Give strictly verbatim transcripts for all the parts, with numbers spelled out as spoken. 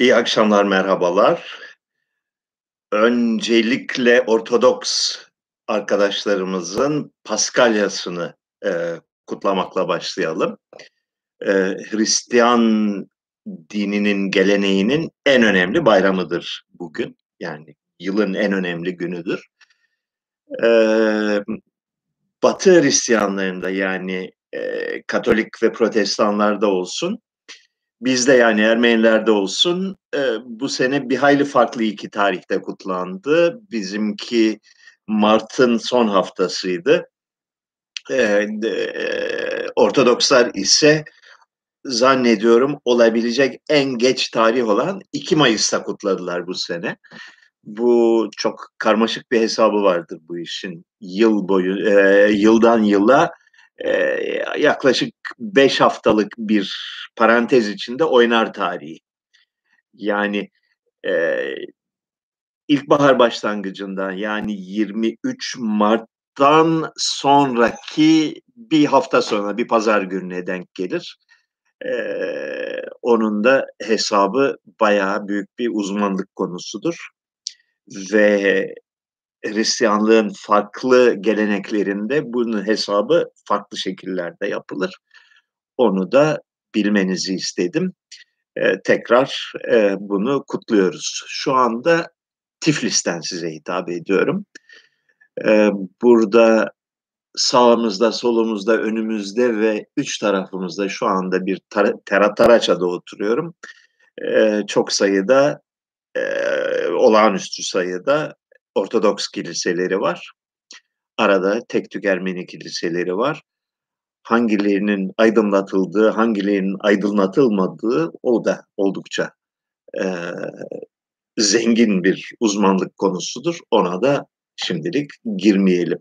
İyi akşamlar, merhabalar. Öncelikle Ortodoks arkadaşlarımızın Paskalyasını, eee, kutlamakla başlayalım. Eee, Hristiyan dininin geleneğinin en önemli bayramıdır bugün. Yani yılın en önemli günüdür. Emm, Batı Hristiyanlarında yani, eee, Katolik ve Protestanlarda olsun, bizde yani Ermenilerde olsun, eee, bu sene bir hayli farklı iki tarihte kutlandı. Bizimki martın son haftasıydı. Eee, d Ortodokslar ise zannediyorum olabilecek en geç tarih olan iki Mayıs'ta kutladılar bu sene. Bu çok karmaşık bir hesabı vardır bu işin. Yıl boyu, eee, yıldan yıla eee, yaklaşık beş haftalık bir parantez içinde oynar tarihi. Yani eee, ilkbahar başlangıcından yani yirmi üç Mart'tan sonraki bir hafta sonra bir pazar gününe denk gelir. Eee, onun da hesabı bayağı büyük bir uzmanlık konusudur ve Hristiyanlığın farklı geleneklerinde bunun hesabı farklı şekillerde yapılır. Onu da bilmenizi istedim. Eee, tekrar, eee, bunu kutluyoruz. Şu anda Tiflis'ten size hitap ediyorum. Eee, burada sağımızda, solumuzda, önümüzde ve üç tarafımızda şu anda bir tara tera Taraça'da oturuyorum. Eee, çok sayıda, eee, olağanüstü sayıda Ortodoks kiliseleri var. Arada tek tük Ermeni kiliseleri var. Hangilerinin aydınlatıldığı, hangilerinin aydınlatılmadığı o da oldukça eee, zengin bir uzmanlık konusudur. Ona da şimdilik girmeyelim.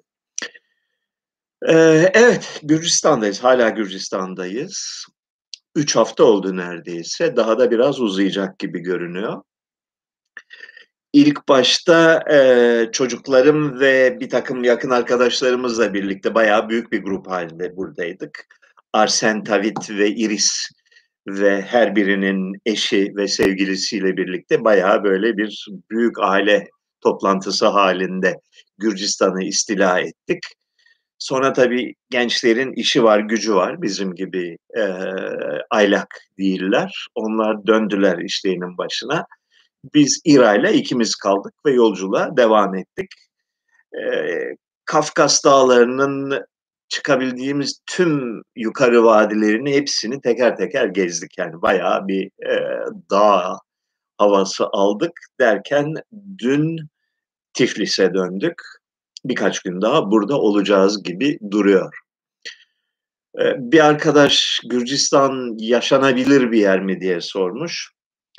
Eee, evet, Gürcistan'dayız. Hâlâ Gürcistan'dayız. üç hafta oldu neredeyse. Daha da biraz uzayacak gibi görünüyor. İlk başta, eee, çocuklarım ve birtakım yakın arkadaşlarımızla birlikte bayağı büyük bir grup hâlinde buradaydık. Arsen, Tavit ve Iris ve her birinin eşi ve sevgilisiyle birlikte bayağı böyle bir büyük aile toplantısı hâlinde Gürcistan'ı istila ettik. Sonra tabii gençlerin işi var, gücü var. Bizim gibi, eee, aylak değiller. Onlar döndüler işlerinin başına. Biz İra'yla ikimiz kaldık ve yolculuğa devam ettik. Eee, Kafkas Dağları'nın çıkabildiğimiz tüm yukarı vadilerini hepsini teker teker gezdik. Yani bayağı bir, eee, dağ havası aldık derken dün Tiflis'e döndük. Birkaç gün daha burada olacağız gibi duruyor. Eee, bir arkadaş Gürcistan yaşanabilir bir yer mi diye sormuş.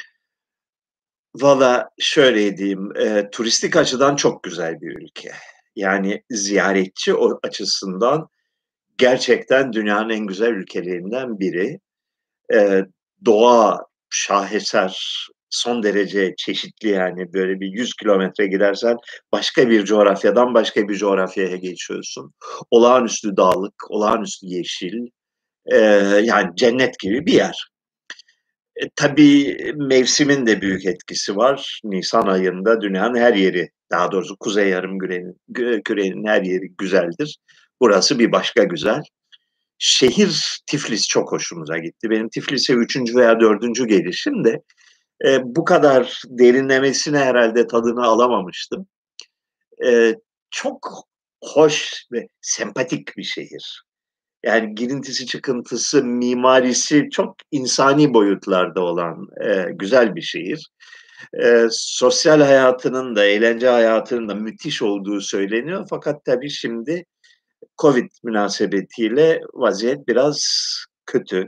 Valla şöyle diyeyim, eee, turistik açıdan çok güzel bir ülke. Yani ziyaretçi o açısından gerçekten dünyanın en güzel ülkelerinden biri. Eee, doğa şaheser, son derece çeşitli yani böyle bir yüz kilometre gidersen başka bir coğrafyadan başka bir coğrafyaya geçiyorsun. Olağanüstü dağlık, olağanüstü yeşil, eee, yani cennet gibi bir yer. E, tabii mevsimin de büyük etkisi var. Nisan ayında dünyanın her yeri, daha doğrusu Kuzey Yarımküre'nin gü kürenin her yeri güzeldir. Burası bir başka güzel. Şehir Tiflis çok hoşumuza gitti. Benim Tiflis'e üçüncü veya dördüncü gelişim de, eee, bu kadar derinlemesine herhâlde tadını alamamıştım. Eee, çok hoş ve sempatik bir şehir. Yani girintisi, çıkıntısı, mimarisi çok insani boyutlarda olan, eee, güzel bir şehir. Eee, sosyal hayatının da, eğlence hayatının da müthiş olduğu söyleniyor. Fakat tabii şimdi Covid münasebetiyle vaziyet biraz kötü.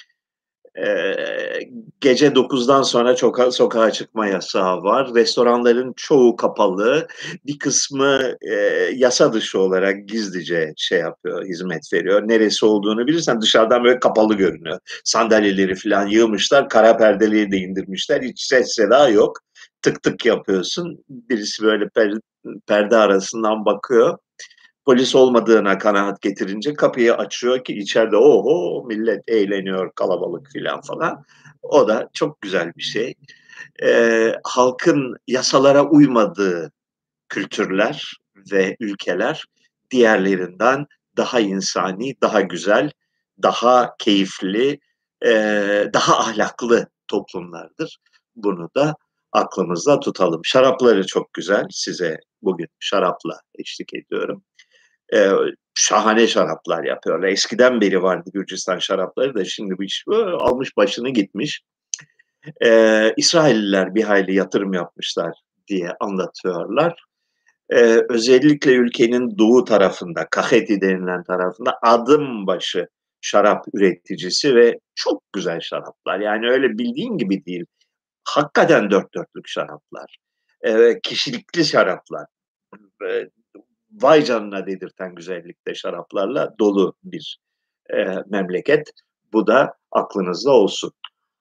Eee, gece dokuzdan sonra çoka sokağa çıkma yasağı var. Restoranların çoğu kapalı. Bir kısmı, eee, yasa dışı olarak gizlice şey yapıyor, hizmet veriyor. Neresi olduğunu bilirsen dışarıdan böyle kapalı görünüyor. Sandalyeleri filan yığmışlar, kara perdeleri de indirmişler. Hiç ses seda yok. Tık tık yapıyorsun. Birisi böyle per perde arasından bakıyor. Polis olmadığına kanaat getirince kapıyı açıyor ki içeride oho millet eğleniyor, kalabalık filan falan. O da çok güzel bir şey. Eee, halkın yasalara uymadığı kültürler ve ülkeler diğerlerinden daha insani, daha güzel, daha keyifli, eee, daha ahlaklı toplumlardır. Bunu da aklımızda tutalım. Şarapları çok güzel. Size bugün şarapla eşlik ediyorum. Eee, şahane şaraplar yapıyorlar. Eskiden beri vardı Gürcistan şarapları da şimdi bu iş ııı, almış başını gitmiş. Eee, İsrailliler bir hayli yatırım yapmışlar diye anlatıyorlar. Eee, özellikle ülkenin doğu tarafında, Kakheti denilen tarafında adım başı şarap üreticisi ve çok güzel şaraplar. Yani öyle bildiğin gibi değil. Hakikaten dört dörtlük şaraplar. Eee, kişilikli şaraplar. Eee, vay canına dedirten güzellikte şaraplarla dolu bir, eee, memleket. Bu da aklınızda olsun.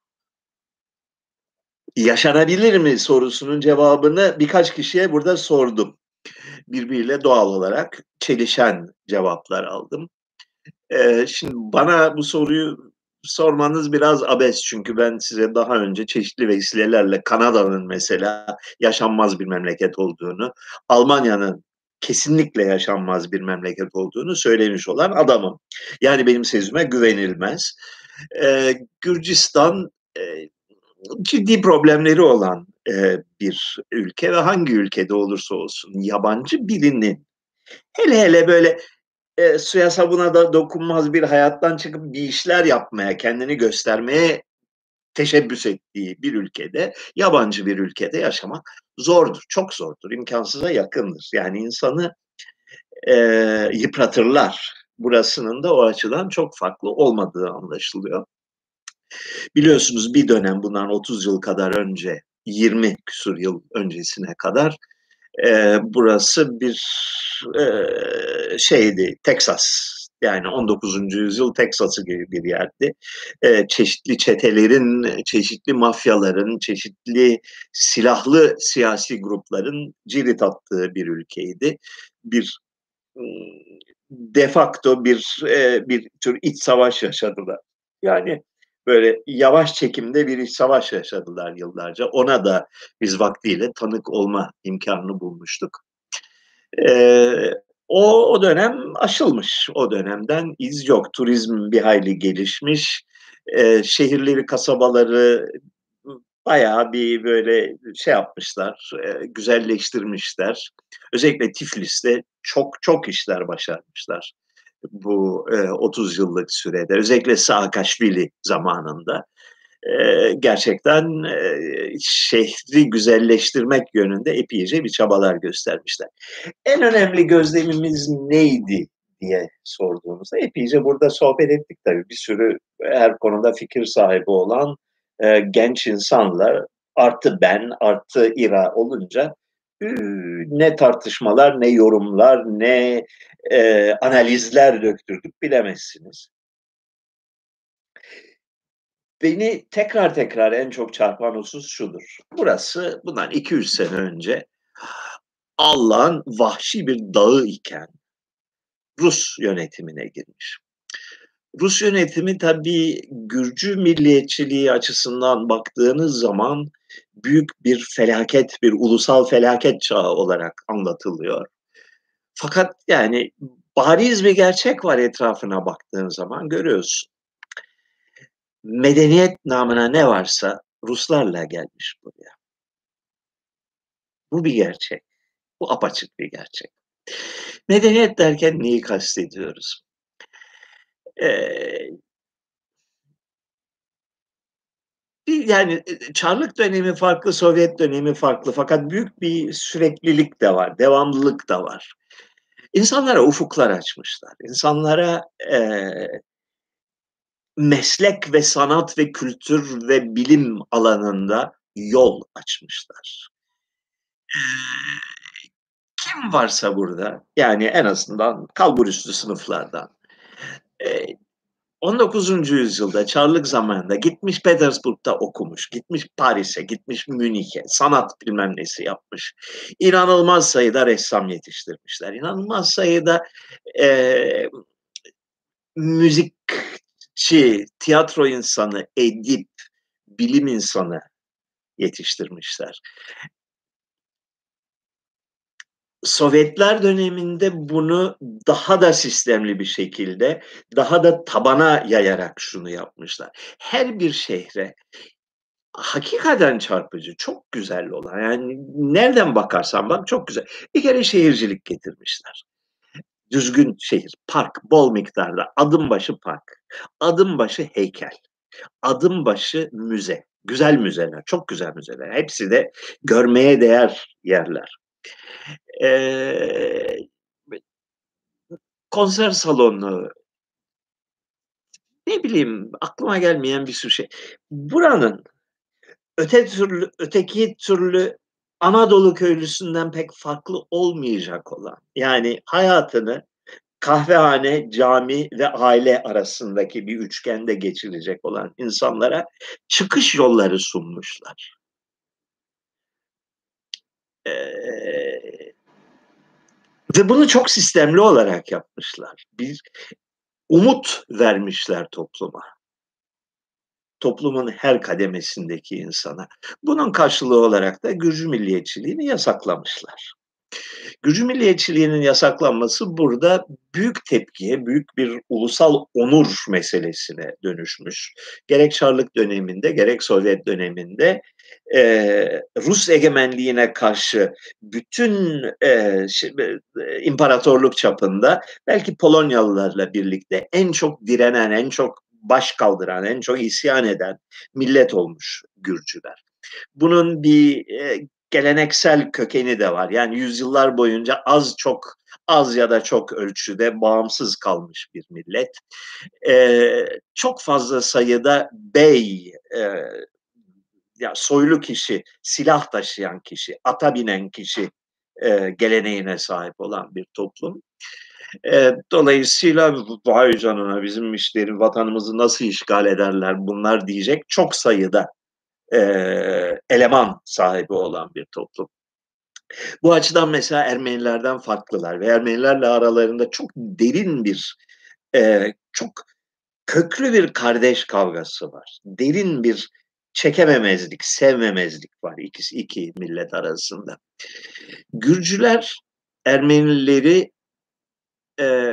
Yaşanabilir mi sorusunun cevabını birkaç kişiye burada sordum. Birbiriyle doğal olarak çelişen cevaplar aldım. Eee, şimdi bana bu soruyu sormanız biraz abes çünkü ben size daha önce çeşitli vesilelerle Kanada'nın mesela yaşanmaz bir memleket olduğunu, Almanya'nın kesinlikle yaşanmaz bir memleket olduğunu söylemiş olan adamım. Yani benim sözüme güvenilmez. Eee, Gürcistan, eee, ciddi problemleri olan, eee, bir ülke ve hangi ülkede olursa olsun yabancı birinin hele hele böyle, eee, suya sabuna da dokunmaz bir hayattan çıkıp bir işler yapmaya, kendini göstermeye teşebbüs ettiği bir ülkede, yabancı bir ülkede yaşamak zordur, çok zordur, imkânsıza yakındır. Yani insanı, eee, yıpratırlar. Burasının da o açıdan çok farklı olmadığı anlaşılıyor. Biliyorsunuz bir dönem bundan otuz yıl kadar önce, yirmi küsur yıl öncesine kadar, eee, burası bir, eee, şeydi, Teksas. Yani on dokuzuncu yüzyıl Teksas'ı gibi bir yerdi. Eee, çeşitli çetelerin, çeşitli mafyaların, çeşitli silahlı siyasi grupların cirit attığı bir ülkeydi. Bir, ımm, de facto bir, eee, bir tür iç savaş yaşadılar. Yani, böyle yavaş çekimde bir iç savaş yaşadılar yıllarca. Ona da biz vaktiyle tanık olma imkânını bulmuştuk. Eee, o o dönem aşılmış. O dönemden iz yok. Turizm bir hayli gelişmiş. Eee, şehirleri, kasabaları ı bayağı bir böyle şey yapmışlar, eee, güzelleştirmişler. Özellikle Tiflis'te çok çok işler başarmışlar bu, eee, otuz yıllık sürede. Özellikle Saakashvili zamanında. Eee, gerçekten, eee, şehri güzelleştirmek yönünde epeyce bir çabalar göstermişler. En önemli gözlemimiz neydi diye sorduğunuzda epeyce burada sohbet ettik tabii. Bir sürü her konuda fikir sahibi olan, eee, genç insanla artı ben artı İRA olunca, üüü, ne tartışmalar, ne yorumlar, ne, eee, analizler döktürdük bilemezsiniz. Beni tekrar tekrar en çok çarpan husus şudur: Burası bundan iki üç sene önce Allah'ın vahşi bir dağı iken Rus yönetimine girmiş. Rus yönetimi tabii Gürcü milliyetçiliği açısından baktığınız zaman büyük bir felaket, bir ulusal felaket çağı olarak anlatılıyor. Fakat yani bariz bir gerçek var etrafına baktığın zaman görüyorsun. Medeniyet namına ne varsa Ruslarla gelmiş buraya. Bu bir gerçek. Bu apaçık bir gerçek. Medeniyet derken neyi kastediyoruz? Eee bir yani, eee, Çarlık dönemi farklı, Sovyet dönemi farklı fakat büyük bir süreklilik de var, devamlılık da var. İnsanlara ufuklar açmışlar. İnsanlara, eee meslek ve sanat ve kültür ve bilim alanında yol açmışlar. Eee, kim varsa burada, yani en azından kalburüstü sınıflardan, eee, on dokuzuncu yüzyılda Çarlık zamanında gitmiş Petersburg'da okumuş, gitmiş Paris'e, gitmiş Münih'e, sanat bilmem nesi yapmış. İnanılmaz sayıda ressam yetiştirmişler. İnanılmaz sayıda, eee, müzikçi, tiyatro insanı, edip, bilim insanı yetiştirmişler. Sovyetler döneminde bunu daha da sistemli bir şekilde, daha da tabana yayarak şunu yapmışlar. Her bir şehre hakikaten çarpıcı, çok güzel olan, yani nereden bakarsan bak çok güzel. Bir kere şehircilik getirmişler. Düzgün şehir, park, bol miktarda, adım başı park, adım başı heykel, adım başı müze. Güzel müzeler, çok güzel müzeler. Hepsi de görmeye değer yerler. Eee, konser salonu, ne bileyim aklıma gelmeyen bir sürü şey. Buranın öte türlü, öteki türlü Anadolu köylüsünden pek farklı olmayacak olan, yani hayatını kahvehane, cami ve aile arasındaki bir üçgende geçirecek olan insanlara çıkış yolları sunmuşlar. Eee, ve bunu çok sistemli olarak yapmışlar. Bir umut vermişler topluma. Toplumun her kademesindeki insana. Bunun karşılığı olarak da Gürcü milliyetçiliğini yasaklamışlar. Gürcü milliyetçiliğinin yasaklanması burada büyük tepkiye, büyük bir ulusal onur meselesine dönüşmüş. Gerek Çarlık döneminde, gerek Sovyet döneminde e, Rus egemenliğine karşı bütün e, şey, e, imparatorluk çapında belki Polonyalılarla birlikte en çok direnen, en çok baş kaldıran, en çok isyan eden millet olmuş Gürcüler. Bunun bir e, geleneksel kökeni de var. Yani yüzyıllar boyunca az çok az ya da çok ölçüde bağımsız kalmış bir millet. E, çok fazla sayıda bey, e, ya soylu kişi, silah taşıyan kişi, ata binen kişi e, geleneğine sahip olan bir toplum. E, dolayısıyla vay canına bizim işleri, vatanımızı nasıl işgal ederler bunlar diyecek çok sayıda e, eleman sahibi olan bir toplum. Bu açıdan mesela Ermenilerden farklılar ve Ermenilerle aralarında çok derin bir, e, çok köklü bir kardeş kavgası var. Derin bir çekememezlik, sevmemezlik var ikisi iki millet arasında. Gürcüler Ermenileri e,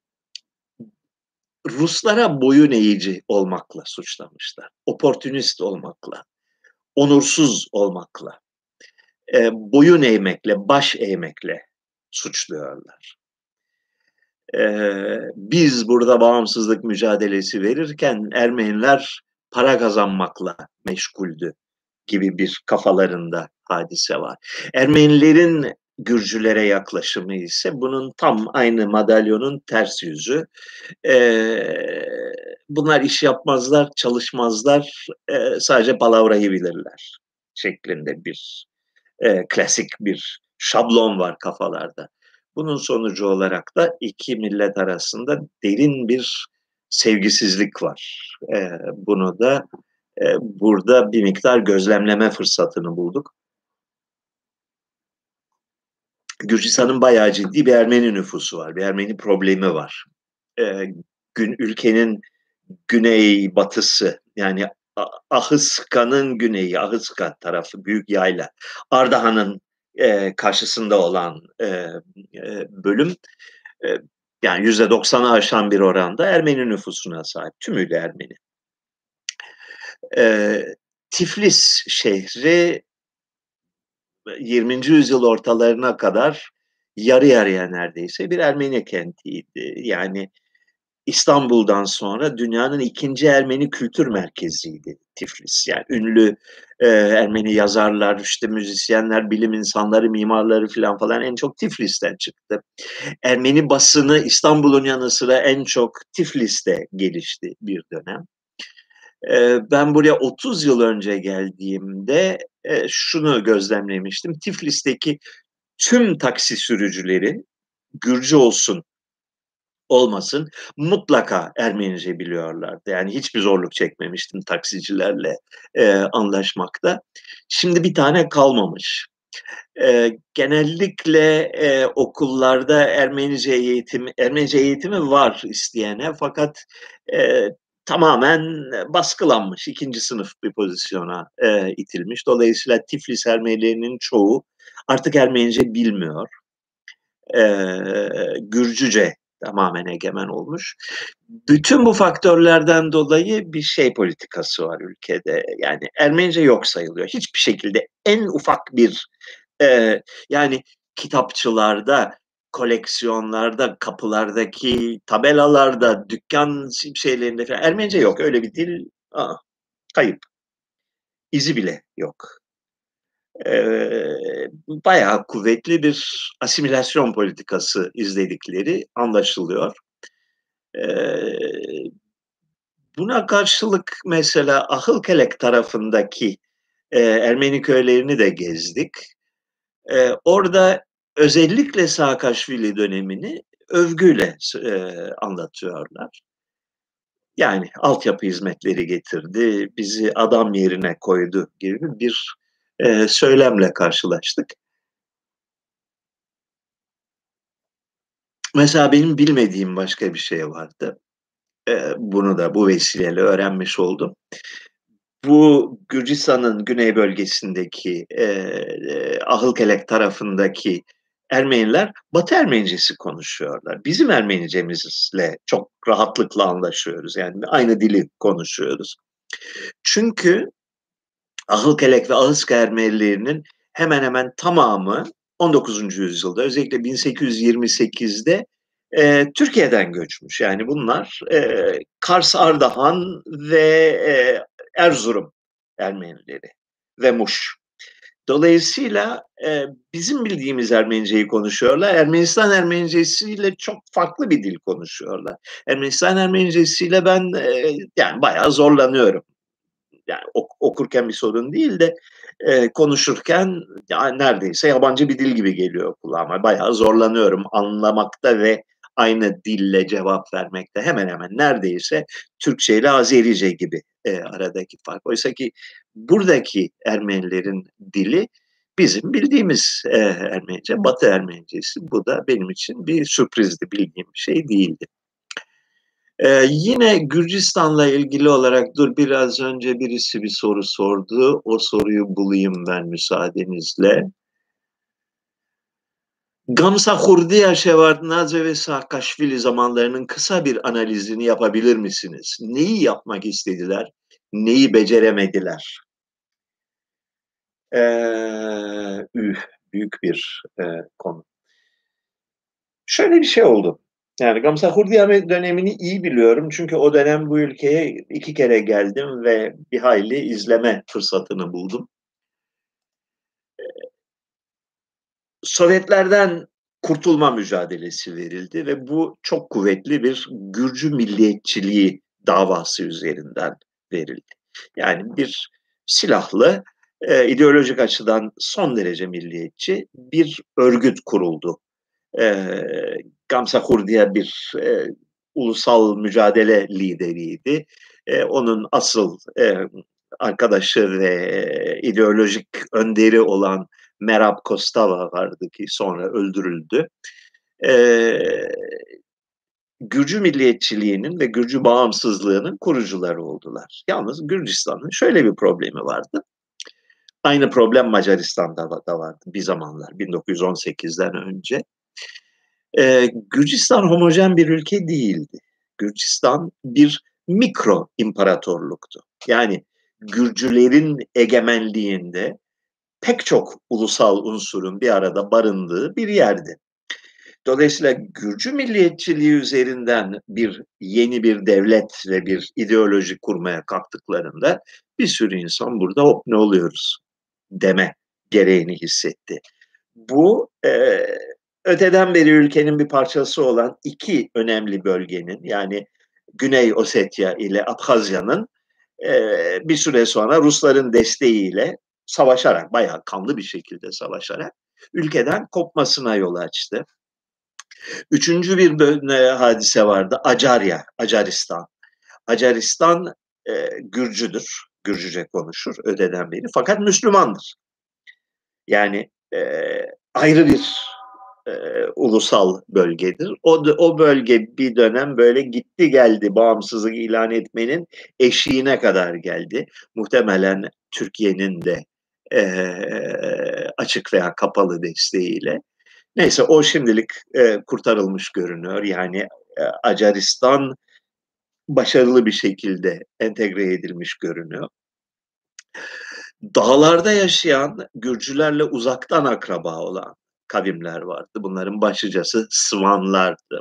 Ruslara boyun eğici olmakla suçlamışlar. Oportunist olmakla, onursuz olmakla, e, boyun eğmekle, baş eğmekle suçluyorlar. E, biz burada bağımsızlık mücadelesi verirken Ermeniler para kazanmakla meşguldü gibi bir kafalarında hadise var. Ermenilerin Gürcülere yaklaşımı ise bunun tam aynı madalyonun ters yüzü. Ee, bunlar iş yapmazlar, çalışmazlar, e, sadece palavrayı bilirler şeklinde bir e, klasik bir şablon var kafalarda. Bunun sonucu olarak da iki millet arasında derin bir sevgisizlik var. E, bunu da e, burada bir miktar gözlemleme fırsatını bulduk. Gürcistan'ın bayağı ciddi bir Ermeni nüfusu var, bir Ermeni problemi var. E, gün, ülkenin güney batısı, yani Ahıska'nın güneyi, Ahıska tarafı, Büyük Yayla, Ardahan'ın e, karşısında olan e, e, bölüm, e, yani yüzde doksanı aşan bir oranda Ermeni nüfusuna sahip, tümüyle Ermeni. E, Tiflis şehri yirminci yüzyıl ortalarına kadar yarı yarıya neredeyse bir Ermeni kentiydi. Yani İstanbul'dan sonra dünyanın ikinci Ermeni kültür merkeziydi Tiflis. Yani ünlü e, Ermeni yazarlar, işte müzisyenler, bilim insanları, mimarları falan falan en çok Tiflis'ten çıktı. Ermeni basını İstanbul'un yanı sıra en çok Tiflis'te gelişti bir dönem. E, ben buraya otuz yıl önce geldiğimde e, şunu gözlemlemiştim. Tiflis'teki tüm taksi sürücüleri, Gürcü olsun olmasın, mutlaka Ermenice biliyorlardı. Yani hiçbir zorluk çekmemiştim taksicilerle e, anlaşmakta. Şimdi bir tane kalmamış. E, genellikle e, okullarda Ermenice eğitim, Ermenice eğitimi var isteyene, fakat e, tamamen baskılanmış, ikinci sınıf bir pozisyona e, itilmiş. Dolayısıyla Tiflis Ermenilerinin çoğu artık Ermenice bilmiyor. E, Gürcüce tamamen egemen olmuş. Bütün bu faktörlerden dolayı bir şey politikası var ülkede. Yani Ermenice yok sayılıyor. Hiçbir şekilde en ufak bir e, yani kitapçılarda, koleksiyonlarda, kapılardaki tabelalarda, dükkan şeylerinde falan Ermenice yok. Öyle bir dil aa, kayıp. İzi bile yok. Ee, Bayağı kuvvetli bir asimilasyon politikası izledikleri anlaşılıyor. Ee, Buna karşılık mesela Ahılkelek tarafındaki e, Ermeni köylerini de gezdik. E, orada özellikle Saakashvili dönemini övgüyle e, anlatıyorlar. Yani altyapı hizmetleri getirdi, bizi adam yerine koydu gibi bir e, söylemle karşılaştık. Mesela benim bilmediğim başka bir şey vardı. E, bunu da bu vesileyle öğrenmiş oldum. Bu Gürcistan'ın güney bölgesindeki e, e, Ahılkelek tarafındaki Ermeniler Batı Ermenicesi konuşuyorlar. Bizim Ermenicemizle çok rahatlıkla anlaşıyoruz. Yani aynı dili konuşuyoruz. Çünkü Ahılkelek ve Ahıska Ermenilerinin hemen hemen tamamı on dokuzuncu yüzyılda özellikle bin sekiz yüz yirmi sekizde e, Türkiye'den göçmüş. Yani bunlar e, Kars, Ardahan ve e, Erzurum Ermenileri ve Muş. Dolayısıyla e, bizim bildiğimiz Ermeniceyi konuşuyorlar. Ermenistan Ermenicesiyle çok farklı bir dil konuşuyorlar. Ermenistan Ermenicesiyle ben e, yani bayağı zorlanıyorum. Yani ok- okurken bir sorun değil de e, konuşurken yani neredeyse yabancı bir dil gibi geliyor kulağıma. Bayağı zorlanıyorum anlamakta ve aynı dille cevap vermekte. Hemen hemen neredeyse Türkçe ile Azerice gibi e, aradaki fark. Oysa ki buradaki Ermenilerin dili bizim bildiğimiz e, Ermenice, Batı Ermenicesi. Bu da benim için bir sürprizdi, bildiğim bir şey değildi. Ee, yine Gürcistan'la ilgili olarak dur biraz önce birisi bir soru sordu. O soruyu bulayım ben müsaadenizle. Gamsahurdiya, Şevardnadze ve Saakashvili zamanlarının kısa bir analizini yapabilir misiniz? Neyi yapmak istediler? Neyi beceremediler? Ee, üh, büyük bir e, konu. Şöyle bir şey oldu. Yani Gamsahurdiya dönemini iyi biliyorum. Çünkü o dönem bu ülkeye iki kere geldim ve bir hayli izleme fırsatını buldum. Sovyetlerden kurtulma mücadelesi verildi ve bu çok kuvvetli bir Gürcü milliyetçiliği davası üzerinden verildi. Yani bir silahlı, e, ideolojik açıdan son derece milliyetçi bir örgüt kuruldu. E, Gamsahur diye bir e, ulusal mücadele lideriydi. E, onun asıl e, arkadaşı ve ideolojik önderi olan Merab Kostava vardı ki sonra öldürüldü. E, Gürcü milliyetçiliğinin ve Gürcü bağımsızlığının kurucuları oldular. Yalnız Gürcistan'ın şöyle bir problemi vardı. Aynı problem Macaristan'da da vardı bir zamanlar bin dokuz yüz on sekizden önce. Ee, Gürcistan homojen bir ülke değildi. Gürcistan bir mikro imparatorluktu. Yani Gürcülerin egemenliğinde pek çok ulusal unsurun bir arada barındığı bir yerdi. Dolayısıyla Gürcü milliyetçiliği üzerinden bir yeni bir devlet ve bir ideoloji kurmaya kalktıklarında bir sürü insan burada hop ne oluyoruz deme gereğini hissetti. Bu e, öteden beri ülkenin bir parçası olan iki önemli bölgenin yani Güney Ossetya ile Abhazya'nın e, bir süre sonra Rusların desteğiyle savaşarak, bayağı kanlı bir şekilde savaşarak ülkeden kopmasına yol açtı. Üçüncü bir bölme, hadise vardı. Acarya, Acaristan. Acaristan e, Gürcüdür. Gürcüce konuşur öteden beri. Fakat Müslümandır. Yani e, ayrı bir eee, ulusal bölgedir. O d o bölge bir dönem böyle gitti geldi bağımsızlık ilan etmenin eşiğine kadar geldi. Muhtemelen Türkiye'nin de, eee, açık veya kapalı desteğiyle. Neyse o şimdilik, eee, kurtarılmış görünüyor. Yani, eee, Acaristan başarılı bir şekilde entegre edilmiş görünüyor. Dağlarda yaşayan, Gürcülerle uzaktan akraba olan kavimler vardı. Bunların başlıcası Svanlardı.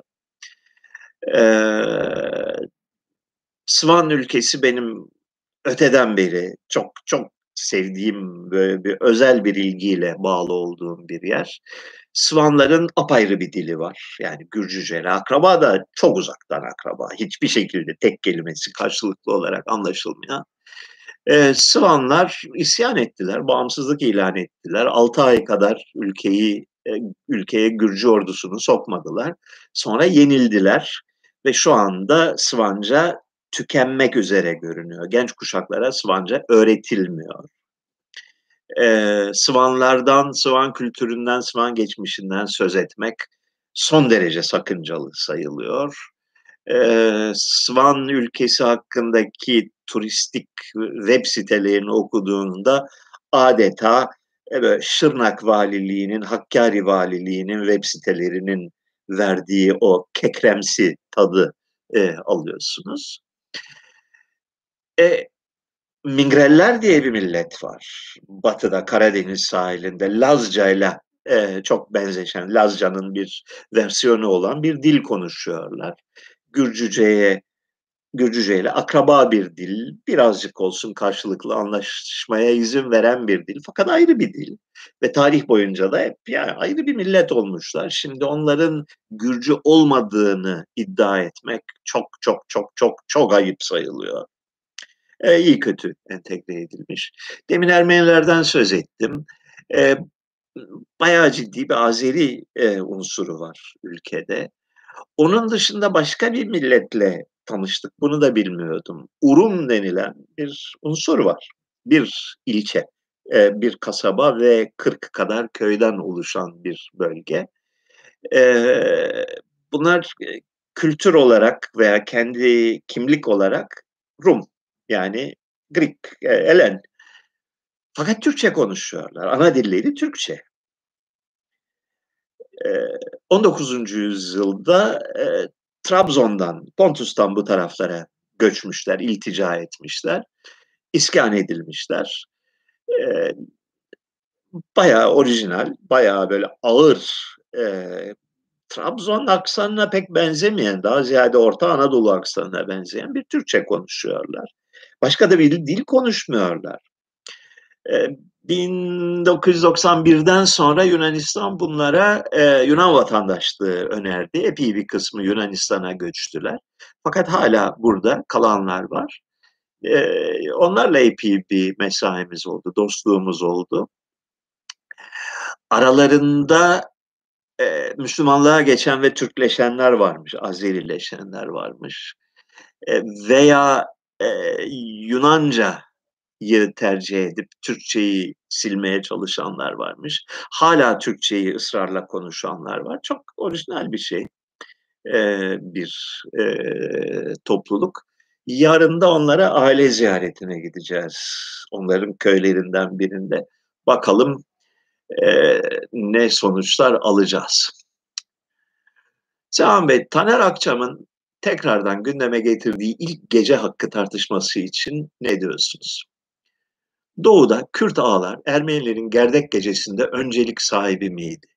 Eee, Svan ülkesi benim öteden beri çok çok sevdiğim, böyle bir özel bir ilgiyle bağlı olduğum bir yer. Svanların apayrı bir dili var. Yani Gürcüceyle akraba da çok uzaktan akraba. Hiçbir şekilde tek kelimesi karşılıklı olarak anlaşılmayan. Eee, Svanlar isyan ettiler, bağımsızlık ilan ettiler. altı ay kadar ülkeyi, eee, ülkeye Gürcü ordusunu sokmadılar. Sonra yenildiler ve şu anda Svanca tükenmek üzere görünüyor. Genç kuşaklara Svanca öğretilmiyor. Eee, Svanlardan, Svan kültüründen, Svan geçmişinden söz etmek son derece sakıncalı sayılıyor. Eee, Svan ülkesi hakkındaki turistik web sitelerini okuduğunda adeta, eee, böyle Şırnak Valiliği'nin, Hakkari Valiliği'nin web sitelerinin verdiği o kekremsi tadı, eee, alıyorsunuz. E, Mingreller diye bir millet var. Batı'da, Karadeniz sahilinde Lazca'yla, eee, çok benzeşen, Lazca'nın bir versiyonu olan bir dil konuşuyorlar. Gürcüce'ye Gürcüceyle akraba bir dil, birazcık olsun karşılıklı anlaşmaya izin veren bir dil fakat ayrı bir dil ve tarih boyunca da hep yani ayrı bir millet olmuşlar. Şimdi onların Gürcü olmadığını iddia etmek çok çok çok çok çok ayıp sayılıyor. Eee, iyi kötü entegre edilmiş. Demin Ermenilerden söz ettim. Eee, bayağı ciddi bir Azeri, eee, unsuru var ülkede. Onun dışında başka bir milletle tanıştık. Bunu da bilmiyordum. Urum denilen bir unsur var. Bir ilçe, eee, bir kasaba ve kırk kadar köyden oluşan bir bölge. Eee, bunlar, eee, kültür olarak veya kendi kimlik olarak Rum, yani Greek, eee, Elen. Fakat Türkçe konuşuyorlar. Ana dilleri Türkçe. Eee, on dokuzuncu yüzyılda, eee, Trabzon'dan, Pontus'tan bu taraflara göçmüşler, iltica etmişler, iskan edilmişler. Eee, bayağı orijinal, bayağı böyle ağır, eee, Trabzon aksanına pek benzemeyen, daha ziyade Orta Anadolu aksanına benzeyen bir Türkçe konuşuyorlar. Başka da bir dil konuşmuyorlar. Eee, bin dokuz yüz doksan birden sonra Yunanistan bunlara eee, Yunan vatandaşlığı önerdi. Epey bir kısmı Yunanistan'a göçtüler. Fakat hala burada kalanlar var. Eee, onlarla epey bir mesaimiz oldu, dostluğumuz oldu. Aralarında eee, Müslümanlığa geçen ve Türkleşenler varmış, Azerileşenler varmış. Eee, veya eee, Yunanca yı tercih edip Türkçeyi silmeye çalışanlar varmış. Hâlâ Türkçeyi ısrarla konuşanlar var. Çok orijinal bir şey, eee, bir, eee, topluluk. Yarın da onlara aile ziyaretine gideceğiz. Onların köylerinden birinde. Bakalım, eee, ne sonuçlar alacağız. Seyhan Bey, Taner Akçam'ın tekrardan gündeme getirdiği ilk gece hakkı tartışması için ne diyorsunuz? Doğu'da Kürt ağalar Ermenilerin Gerdek Gecesi'nde öncelik sahibi miydi?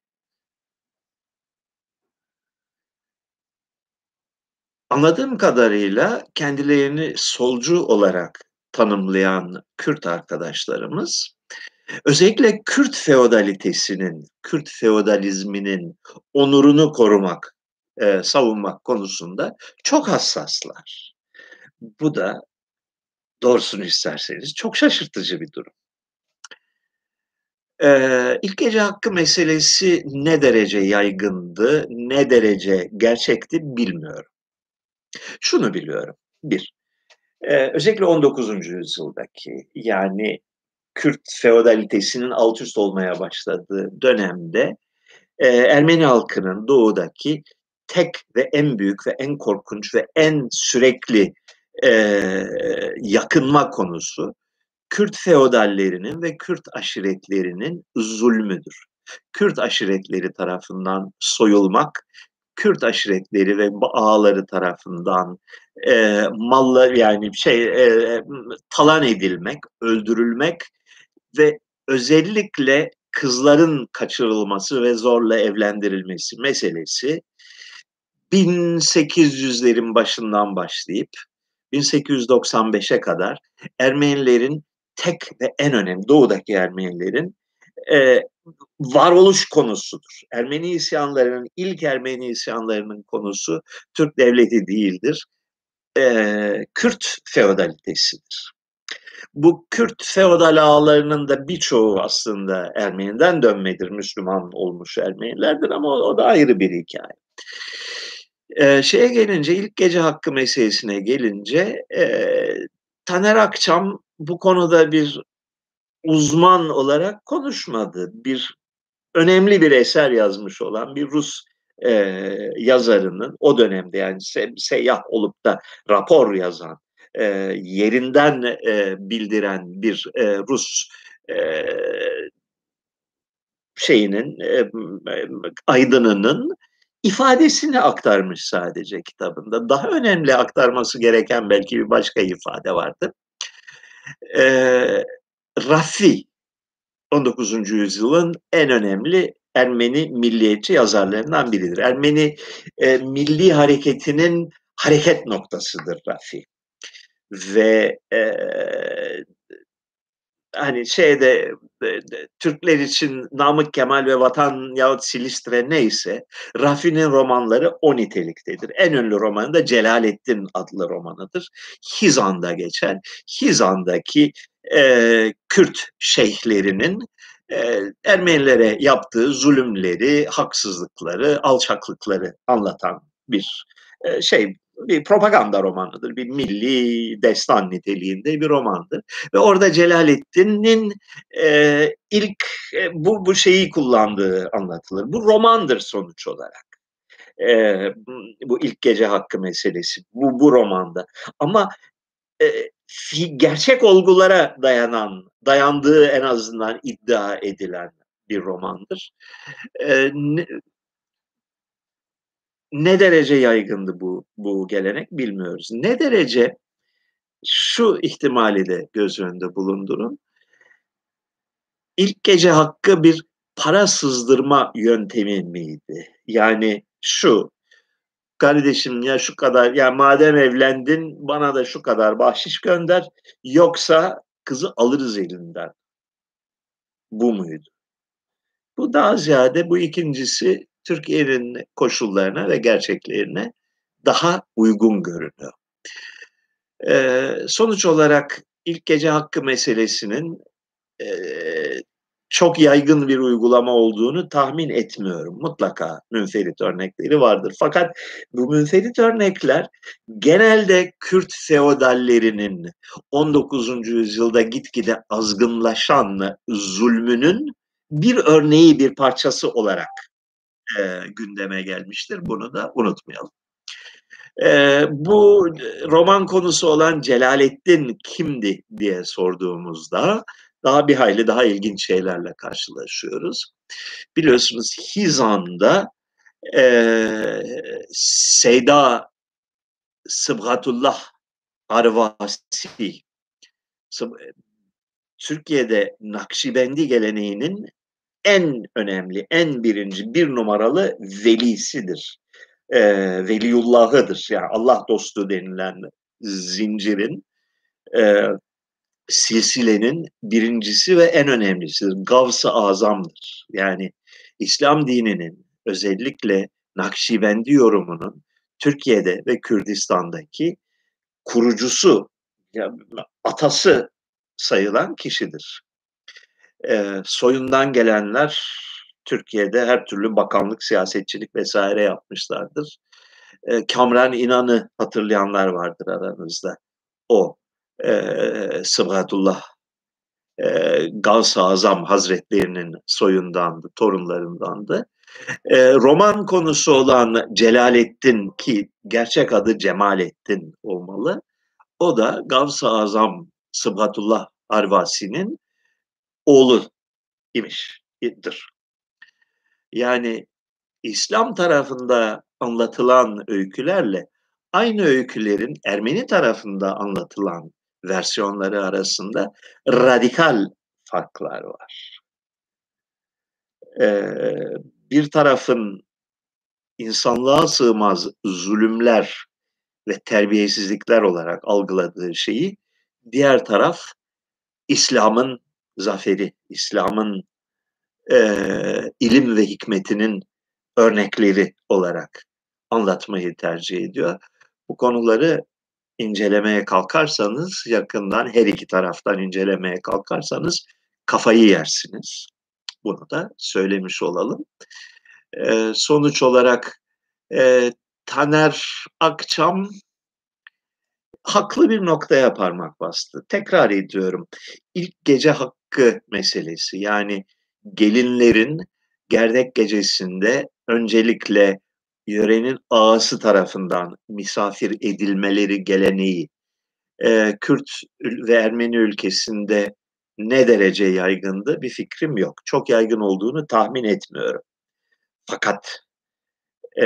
Anladığım kadarıyla kendilerini solcu olarak tanımlayan Kürt arkadaşlarımız, özellikle Kürt feodalitesinin, Kürt feodalizminin onurunu korumak, eee, savunmak konusunda çok hassaslar. Bu da doğrusunu isterseniz çok şaşırtıcı bir durum. Eee, ilk gece hakkı meselesi ne derece yaygındı, ne derece gerçekti bilmiyorum. Şunu biliyorum: bir, eee, özellikle on dokuzuncu yüzyıldaki, yani Kürt feodalitesinin alt üst olmaya başladığı dönemde, Eee, Ermeni halkının doğudaki tek ve en büyük ve en korkunç ve en sürekli, eee, yakınma konusu Kürt feodallerinin ve Kürt aşiretlerinin zulmüdür. Kürt aşiretleri tarafından soyulmak, Kürt aşiretleri ve ağaları tarafından eee mallar yani şey eee, talan edilmek, öldürülmek ve özellikle kızların kaçırılması ve zorla evlendirilmesi meselesi bin sekiz yüzlerin başından başlayıp bin sekiz yüz doksan beşe kadar Ermenilerin tek ve en önemli doğudaki Ermenilerin eee, varoluş konusudur. Ermeni isyanlarının ilk Ermeni isyanlarının konusu Türk devleti değildir. Eee, Kürt feodalitesidir. Bu Kürt feodal ağalarının da birçoğu aslında Ermeni'den dönmedir, Müslüman olmuş Ermenilerdir ama o, o da ayrı bir hikaye. Eee, şeye gelince, ilk gece hakkı meselesine gelince, eee, Taner Akçam bu konuda bir uzman olarak konuşmadı. Bir önemli bir eser yazmış olan bir Rus eee, yazarının o dönemde yani se seyyah olup da rapor yazan, eee, yerinden eee, bildiren bir eee, Rus eee, şeyinin eee, aydınının ifadesini aktarmış sadece kitabında. Daha önemli aktarması gereken belki bir başka ifade vardı. Eee, Rafi on dokuzuncu yüzyılın en önemli Ermeni milliyetçi yazarlarından biridir. Ermeni e, milli hareketinin hareket noktasıdır Rafi. Ve e, hani şeyde e, Türkler için Namık Kemal ve Vatan yahut Silistre neyse Rafi'nin romanları o niteliktedir. En ünlü romanı da Celalettin adlı romanıdır. Hizan'da geçer. Hizan'daki e, Kürt şeyhlerinin e, Ermenilere yaptığı zulümleri, haksızlıkları, alçaklıkları anlatan bir e, şey, bir propaganda romanıdır. Bir milli destan niteliğinde bir romandır. Ve orada Celalettin'in e, ilk e, bu, bu şeyi kullandığı anlatılır. Bu romandır sonuç olarak. E, bu ilk gece hakkı meselesi. Bu, bu romanda. Ama e, gerçek olgulara dayanan, dayandığı en azından iddia edilen bir romandır. E, ne, ne derece yaygındı bu, bu gelenek bilmiyoruz. Ne derece şu ihtimali de göz önünde bulundurun. İlk gece hakkı bir para sızdırma yöntemi miydi? Yani şu, kardeşim ya şu kadar, ya madem evlendin bana da şu kadar bahşiş gönder, yoksa kızı alırız elinden. Bu muydu? Bu daha ziyade bu ikincisi Türkiye'nin koşullarına ve gerçeklerine daha uygun görünüyor. Ee, sonuç olarak ilk gece hakkı meselesinin Eee, çok yaygın bir uygulama olduğunu tahmin etmiyorum. Mutlaka münferit örnekleri vardır. Fakat bu münferit örnekler genelde Kürt feodallerinin on dokuzuncu yüzyılda gitgide azgınlaşan zulmünün bir örneği, bir parçası olarak eee, gündeme gelmiştir. Bunu da unutmayalım. Eee, bu roman konusu olan Celalettin kimdi diye sorduğumuzda daha bir hayli daha ilginç şeylerle karşılaşıyoruz. Biliyorsunuz Hizan'da eee Seyda Sıbgatullah Arvasi, Türkiye'de Nakşibendi geleneğinin en önemli, en birinci, bir numaralı velisidir. Eee, Veliullah'ıdır. Yani Allah dostu denilen zincirin, eee, silsilenin birincisi ve en önemlisidir. Gavs-ı Azam'dır. Yani İslam dininin özellikle Nakşibendi yorumunun Türkiye'de ve Kürdistan'daki kurucusu, ya atası sayılan kişidir. Eee, soyundan gelenler Türkiye'de her türlü bakanlık, siyasetçilik vesaire yapmışlardır. Eee, Kamran İnan'ı hatırlayanlar vardır aranızda. O, eee, Sıbgatullah e, Gavs-ı Azam Hazretlerinin soyundandı, torunlarındandı. E, roman konusu olan Celaleddin, ki gerçek adı Cemalettin olmalı, o da Gavs-ı Azam Sıbhatullah Arvasi'nin oğlu imiş, idir. Yani İslam tarafında anlatılan öykülerle aynı öykülerin Ermeni tarafında anlatılan versiyonları arasında radikal farklar var. Ee, bir tarafın insanlığa sığmaz zulümler ve terbiyesizlikler olarak algıladığı şeyi, diğer taraf İslam'ın zaferi, İslam'ın e, ilim ve hikmetinin örnekleri olarak anlatmayı tercih ediyor. Bu konuları incelemeye kalkarsanız, yakından her iki taraftan incelemeye kalkarsanız kafayı yersiniz. Bunu da söylemiş olalım. E, sonuç olarak e, Taner Akçam haklı bir noktaya parmak bastı. Tekrar ediyorum. İlk gece hakkı meselesi, yani gelinlerin gerdek gecesinde öncelikle yörenin ağası tarafından misafir edilmeleri geleneği e, Kürt ve Ermeni ülkesinde ne derece yaygındı bir fikrim yok. Çok yaygın olduğunu tahmin etmiyorum. Fakat e,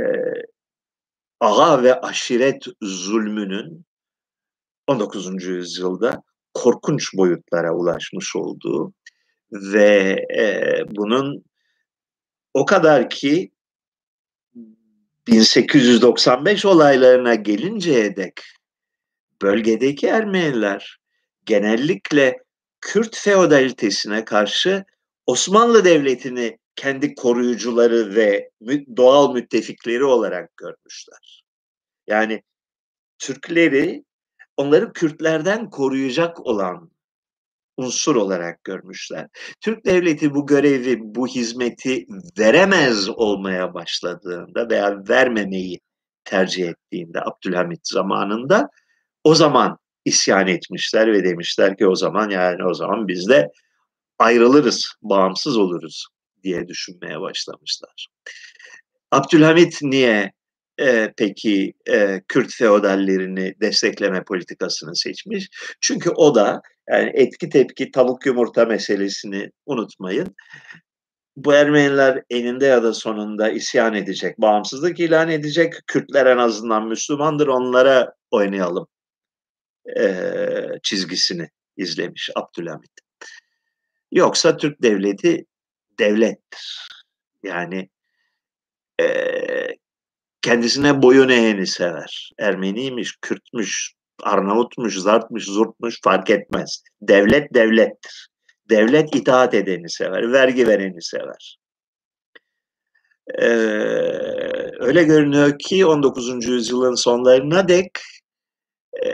ağa ve aşiret zulmünün on dokuzuncu yüzyılda korkunç boyutlara ulaşmış olduğu ve e, bunun o kadar ki bin sekiz yüz doksan beş olaylarına gelinceye dek bölgedeki Ermeniler genellikle Kürt feodalitesine karşı Osmanlı Devleti'ni kendi koruyucuları ve doğal müttefikleri olarak görmüşler. Yani Türkleri onları Kürtlerden koruyacak olan unsur olarak görmüşler. Türk devleti bu görevi, bu hizmeti veremez olmaya başladığında veya vermemeyi tercih ettiğinde Abdülhamit zamanında, o zaman isyan etmişler ve demişler ki o zaman, yani o zaman biz de ayrılırız, bağımsız oluruz diye düşünmeye başlamışlar. Abdülhamit niye e, peki e, Kürt feodallerini destekleme politikasını seçmiş? Çünkü o da, yani etki tepki tavuk yumurta meselesini unutmayın. Bu Ermeniler eninde ya da sonunda isyan edecek, bağımsızlık ilan edecek. Kürtler en azından Müslümandır, onlara oynayalım e, çizgisini izlemiş Abdülhamit. Yoksa Türk devleti devlettir. Yani e, kendisine boyun eğeni sever. Ermeniymiş, Kürtmüş, Arnavutmuş, Zartmış, Zurtmuş fark etmez. Devlet devlettir. Devlet itaat edeni sever, vergi vereni sever. Ee, öyle görünüyor ki on dokuzuncu yüzyılın sonlarına dek e,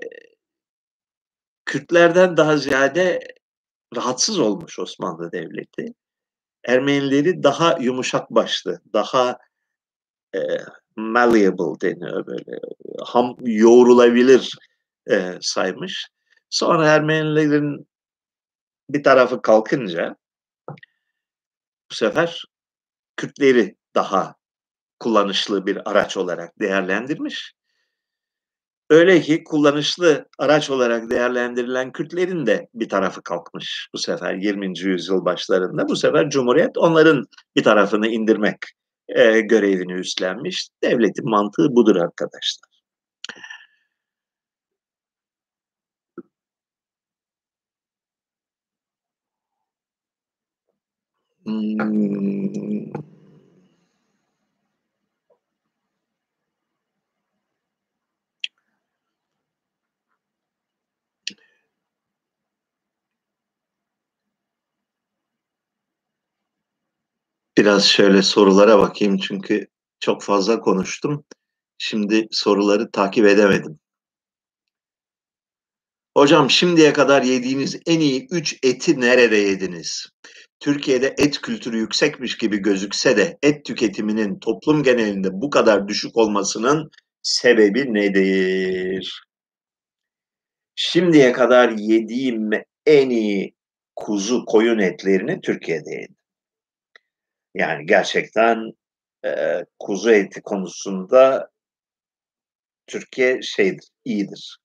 Kürtlerden daha ziyade rahatsız olmuş Osmanlı Devleti. Ermenileri daha yumuşak başlı, daha e, malleable deniyor, böyle ham yoğrulabilir e, saymış. Sonra Ermenilerin bir tarafı kalkınca bu sefer Kürtleri daha kullanışlı bir araç olarak değerlendirmiş. Öyle ki kullanışlı araç olarak değerlendirilen Kürtlerin de bir tarafı kalkmış bu sefer yirminci yüzyıl başlarında. Bu sefer Cumhuriyet onların bir tarafını indirmek e, görevini üstlenmiş. Devletin mantığı budur arkadaşlar. Hmm. Biraz şöyle sorulara bakayım çünkü çok fazla konuştum. Şimdi soruları takip edemedim. Hocam, şimdiye kadar yediğiniz en iyi üç eti nerede yediniz? Türkiye'de et kültürü yüksekmiş gibi gözükse de et tüketiminin toplum genelinde bu kadar düşük olmasının sebebi nedir? Şimdiye kadar yediğim en iyi kuzu, koyun etlerini Türkiye'de yedim. Yani gerçekten, eee, kuzu eti konusunda Türkiye şeydir, iyidir.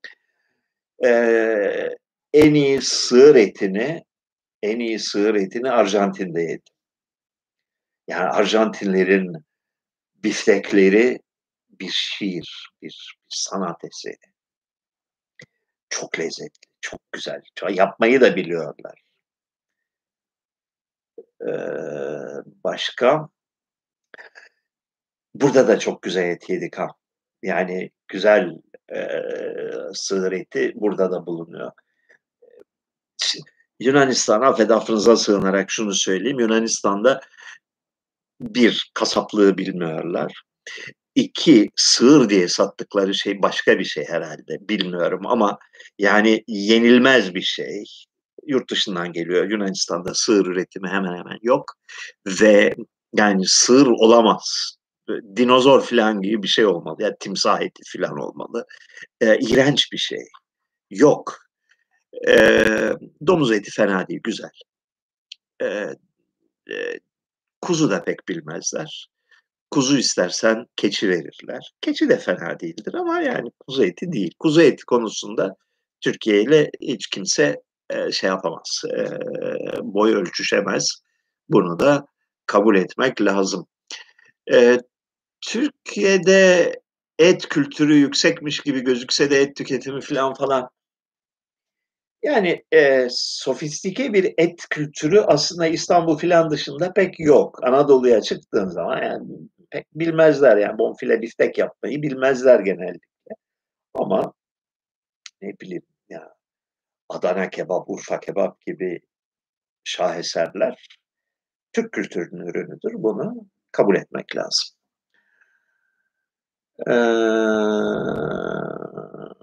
Eee, en iyi sığır etini en iyi sığır etini Arjantin'de yedim. Yani Arjantinlerin biftekleri bir şiir, bir sanat eseri. Çok lezzetli, çok güzel. Ça yapmayı da biliyorlar. Eee, başka? Burada da çok güzel et yedik ha. Yani güzel, eee, sığır eti burada da bulunuyor. Ç Yunanistan, affed affınıza sığınarak şunu söyleyeyim, Yunanistan'da bir kasaplığı bilmiyorlar. iki sığır diye sattıkları şey başka bir şey herhâlde, bilmiyorum ama yani yenilmez bir şey. Yurt dışından geliyor. Yunanistan'da sığır üretimi hemen hemen yok ve yani sığır olamaz. Eee, dinozor filan gibi bir şey olmalı ya timsah eti filan olmalı. Eee, iğrenç bir şey. Yok. Eee, domuz eti fena değil, güzel. Eee, eee, kuzu da pek bilmezler. Kuzu istersen keçi verirler. Keçi de fena değildir ama yani kuzu eti değil. Kuzu eti konusunda Türkiye ile hiç kimse, eee, şey yapamaz, eee, boy ölçüşemez. Bunu da kabul etmek lazım. Eee, Türkiye'de et kültürü yüksekmiş gibi gözükse de et tüketimi filan falan yani, eee, sofistike bir et kültürü aslında İstanbul filan dışında pek yok. Anadolu'ya çıktığın zaman yani pek bilmezler yani bonfile biftek yapmayı bilmezler genellikle ama ne bileyim ya Adana kebap, Urfa kebap gibi şaheserler Türk kültürünün ürünüdür. Bunu kabul etmek lazım. Eee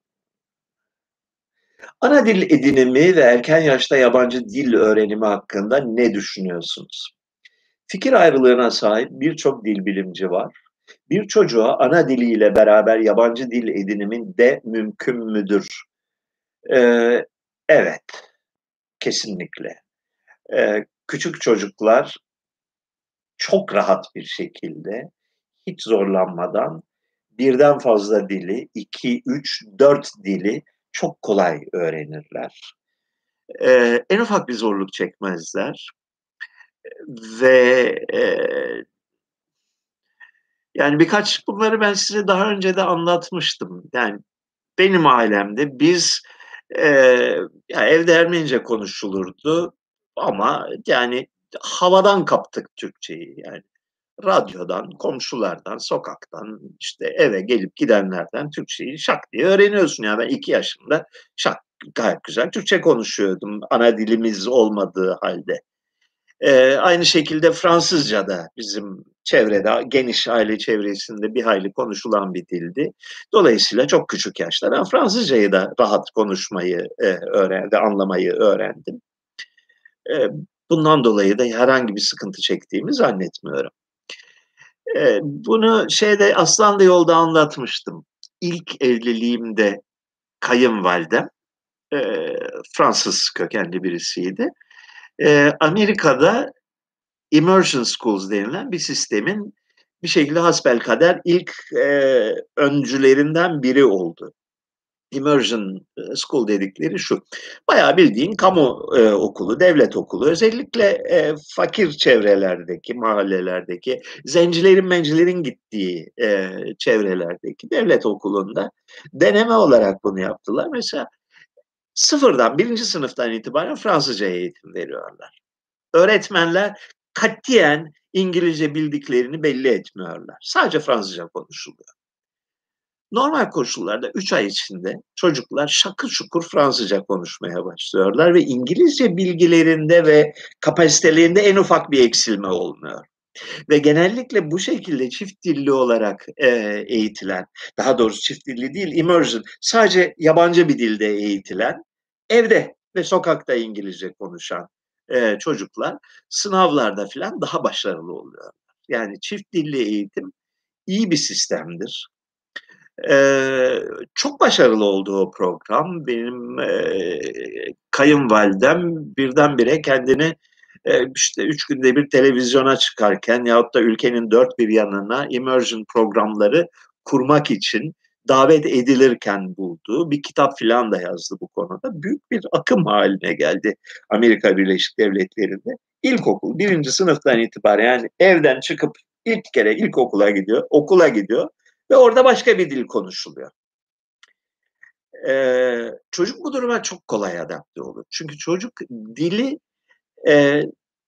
Ana dil edinimi ve erken yaşta yabancı dil öğrenimi hakkında ne düşünüyorsunuz? Fikir ayrılığına sahip birçok dil bilimci var. Bir çocuğa ana diliyle beraber yabancı dil edinimi de mümkün müdür? Eee, evet, kesinlikle. Eee, küçük çocuklar çok rahat bir şekilde, hiç zorlanmadan birden fazla dili, iki, üç, dört dili çok kolay öğrenirler. Eee, en ufak bir zorluk çekmezler ve, eee, yani birkaç bunları ben size daha önce de anlatmıştım. Yani benim ailemde biz, eee, ya evde Ermenice konuşulurdu ama yani havadan kaptık Türkçeyi yani. Radyodan, komşulardan, sokaktan, işte eve gelip gidenlerden Türkçeyi şak diye öğreniyorsun. Yani ben iki yaşımda şak gayet güzel Türkçe konuşuyordum ana dilimiz olmadığı hâlde. Eee, aynı şekilde Fransızca da bizim çevrede, geniş aile çevresinde bir hayli konuşulan bir dildi. Dolayısıyla çok küçük yaşta ben Fransızcayı da rahat konuşmayı, eee, öğrendi anlamayı öğrendim. Eee, bundan dolayı da herhangi bir sıkıntı çektiğimi zannetmiyorum. Eee, bunu şeyde Aslanlı Yol'da anlatmıştım. İlk evliliğimde kayınvalidem, eee, Fransız kökenli birisiydi. Eee, Amerika'da immersion schools denilen bir sistemin bir şekilde hasbelkader ilk, eee, öncülerinden biri oldu. Immersion, eee, school dedikleri şu, bayağı bildiğin kamu, eee, okulu, devlet okulu. Özellikle, eee, fakir çevrelerdeki, mahallelerdeki, zencilerin mencilerin gittiği, eee, çevrelerdeki devlet okulunda deneme olarak bunu yaptılar. Mesela sıfırdan, birinci sınıftan itibaren Fransızca eğitim veriyorlar. Öğretmenler katiyen İngilizce bildiklerini belli etmiyorlar. Sadece Fransızca konuşuluyor. Normal koşullarda üç ay içinde çocuklar şakır şukur Fransızca konuşmaya başlıyorlar ve İngilizce bilgilerinde ve kapasitelerinde en ufak bir eksilme olmuyor. Ve genellikle bu şekilde çift dilli olarak, eee, eğitilen, daha doğrusu çift dilli değil, immersion, sadece yabancı bir dilde eğitilen, evde ve sokakta İngilizce konuşan, eee, çocuklar sınavlarda filan daha başarılı oluyorlar. Yani çift dilli eğitim iyi bir sistemdir. Eee, çok başarılı oldu o program. Benim, eee kayınvalidem birdenbire kendini e, işte üç günde bir televizyona çıkarken yahut da ülkenin dört bir yanına immersion programları kurmak için davet edilirken bulduğu bir kitap filan da yazdı bu konuda. Büyük bir akım haline geldi Amerika Birleşik Devletleri'nde. İlkokul, birinci sınıftan itibaren yani evden çıkıp ilk kere ilkokula gidiyor, okula gidiyor ve orada başka bir dil konuşuluyor. Ee, çocuk bu duruma çok kolay adapte olur. Çünkü çocuk dili e,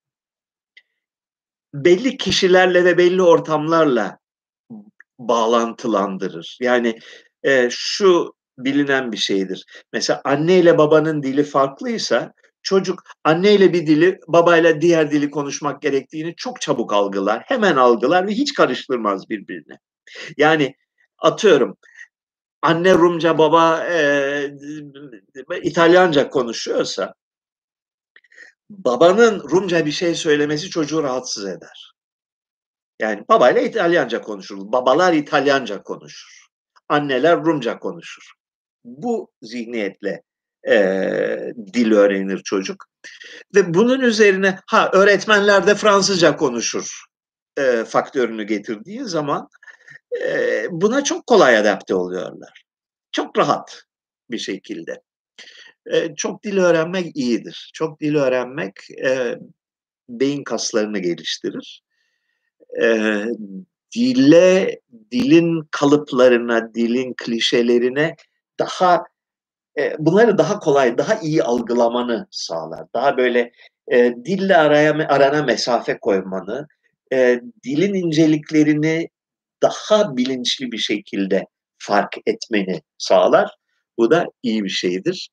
belli kişilerle ve belli ortamlarla bağlantılandırır. Yani e, şu bilinen bir şeydir. Mesela anneyle babanın dili farklıysa çocuk anneyle bir dili, babayla diğer dili konuşmak gerektiğini çok çabuk algılar. Hemen algılar ve hiç karıştırmaz birbirine. Yani atıyorum anne Rumca, baba e, İtalyanca konuşuyorsa babanın Rumca bir şey söylemesi çocuğu rahatsız eder. Yani babayla İtalyanca konuşur. Babalar İtalyanca konuşur. Anneler Rumca konuşur. Bu zihniyetle e, dil öğrenir çocuk. Ve bunun üzerine ha öğretmenler de Fransızca konuşur e, faktörünü getirdiği zaman e, buna çok kolay adapte oluyorlar. Çok rahat bir şekilde. E, çok dil öğrenmek iyidir. Çok dil öğrenmek e, beyin kaslarını geliştirir. E, dile, dilin kalıplarına, dilin klişelerine daha e, bunları daha kolay, daha iyi algılamanı sağlar. Daha böyle e, dille araya arana mesafe koymanı, e, dilin inceliklerini daha bilinçli bir şekilde fark etmeni sağlar. Bu da iyi bir şeydir.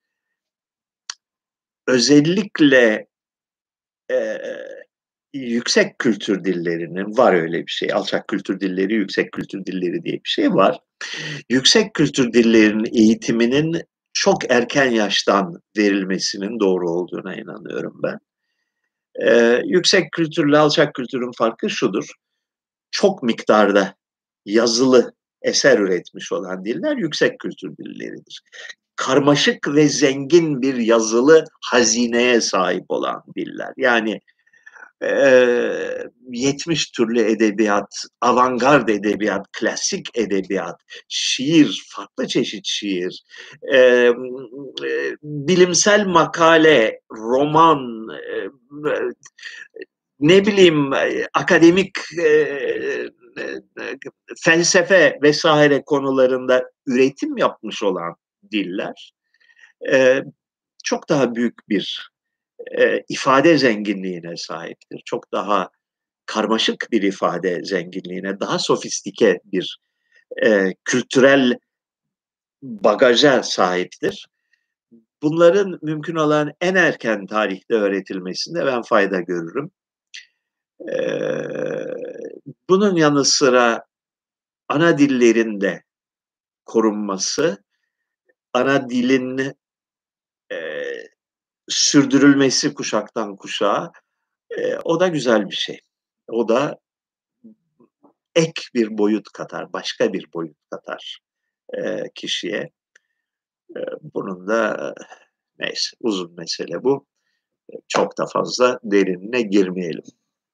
Özellikle e, yüksek kültür dillerinin var öyle bir şey. Alçak kültür dilleri, yüksek kültür dilleri diye bir şey var. Yüksek kültür dillerinin eğitiminin çok erken yaştan verilmesinin doğru olduğuna inanıyorum ben. Ee, yüksek kültürle alçak kültürün farkı şudur. Çok miktarda yazılı eser üretmiş olan diller yüksek kültür dilleridir. Karmaşık ve zengin bir yazılı hazineye sahip olan diller. Yani yetmiş türlü edebiyat, avantgard edebiyat, klasik edebiyat, şiir, farklı çeşit şiir, e, bilimsel makale, roman, e, ne bileyim akademik e, e, felsefe vesaire konularında üretim yapmış olan diller e, çok daha büyük bir e, ifade zenginliğine sahiptir. Çok daha karmaşık bir ifade zenginliğine, daha sofistike bir e, kültürel bagaja sahiptir. Bunların mümkün olan en erken tarihte öğretilmesinde ben fayda görürüm. E, bunun yanı sıra ana dillerin de korunması, ana dilin e, sürdürülmesi kuşaktan kuşağa, e, o da güzel bir şey. O da ek bir boyut katar, başka bir boyut katar e, kişiye. E, bunun da neyse uzun mesele bu. Çok da fazla derinine girmeyelim.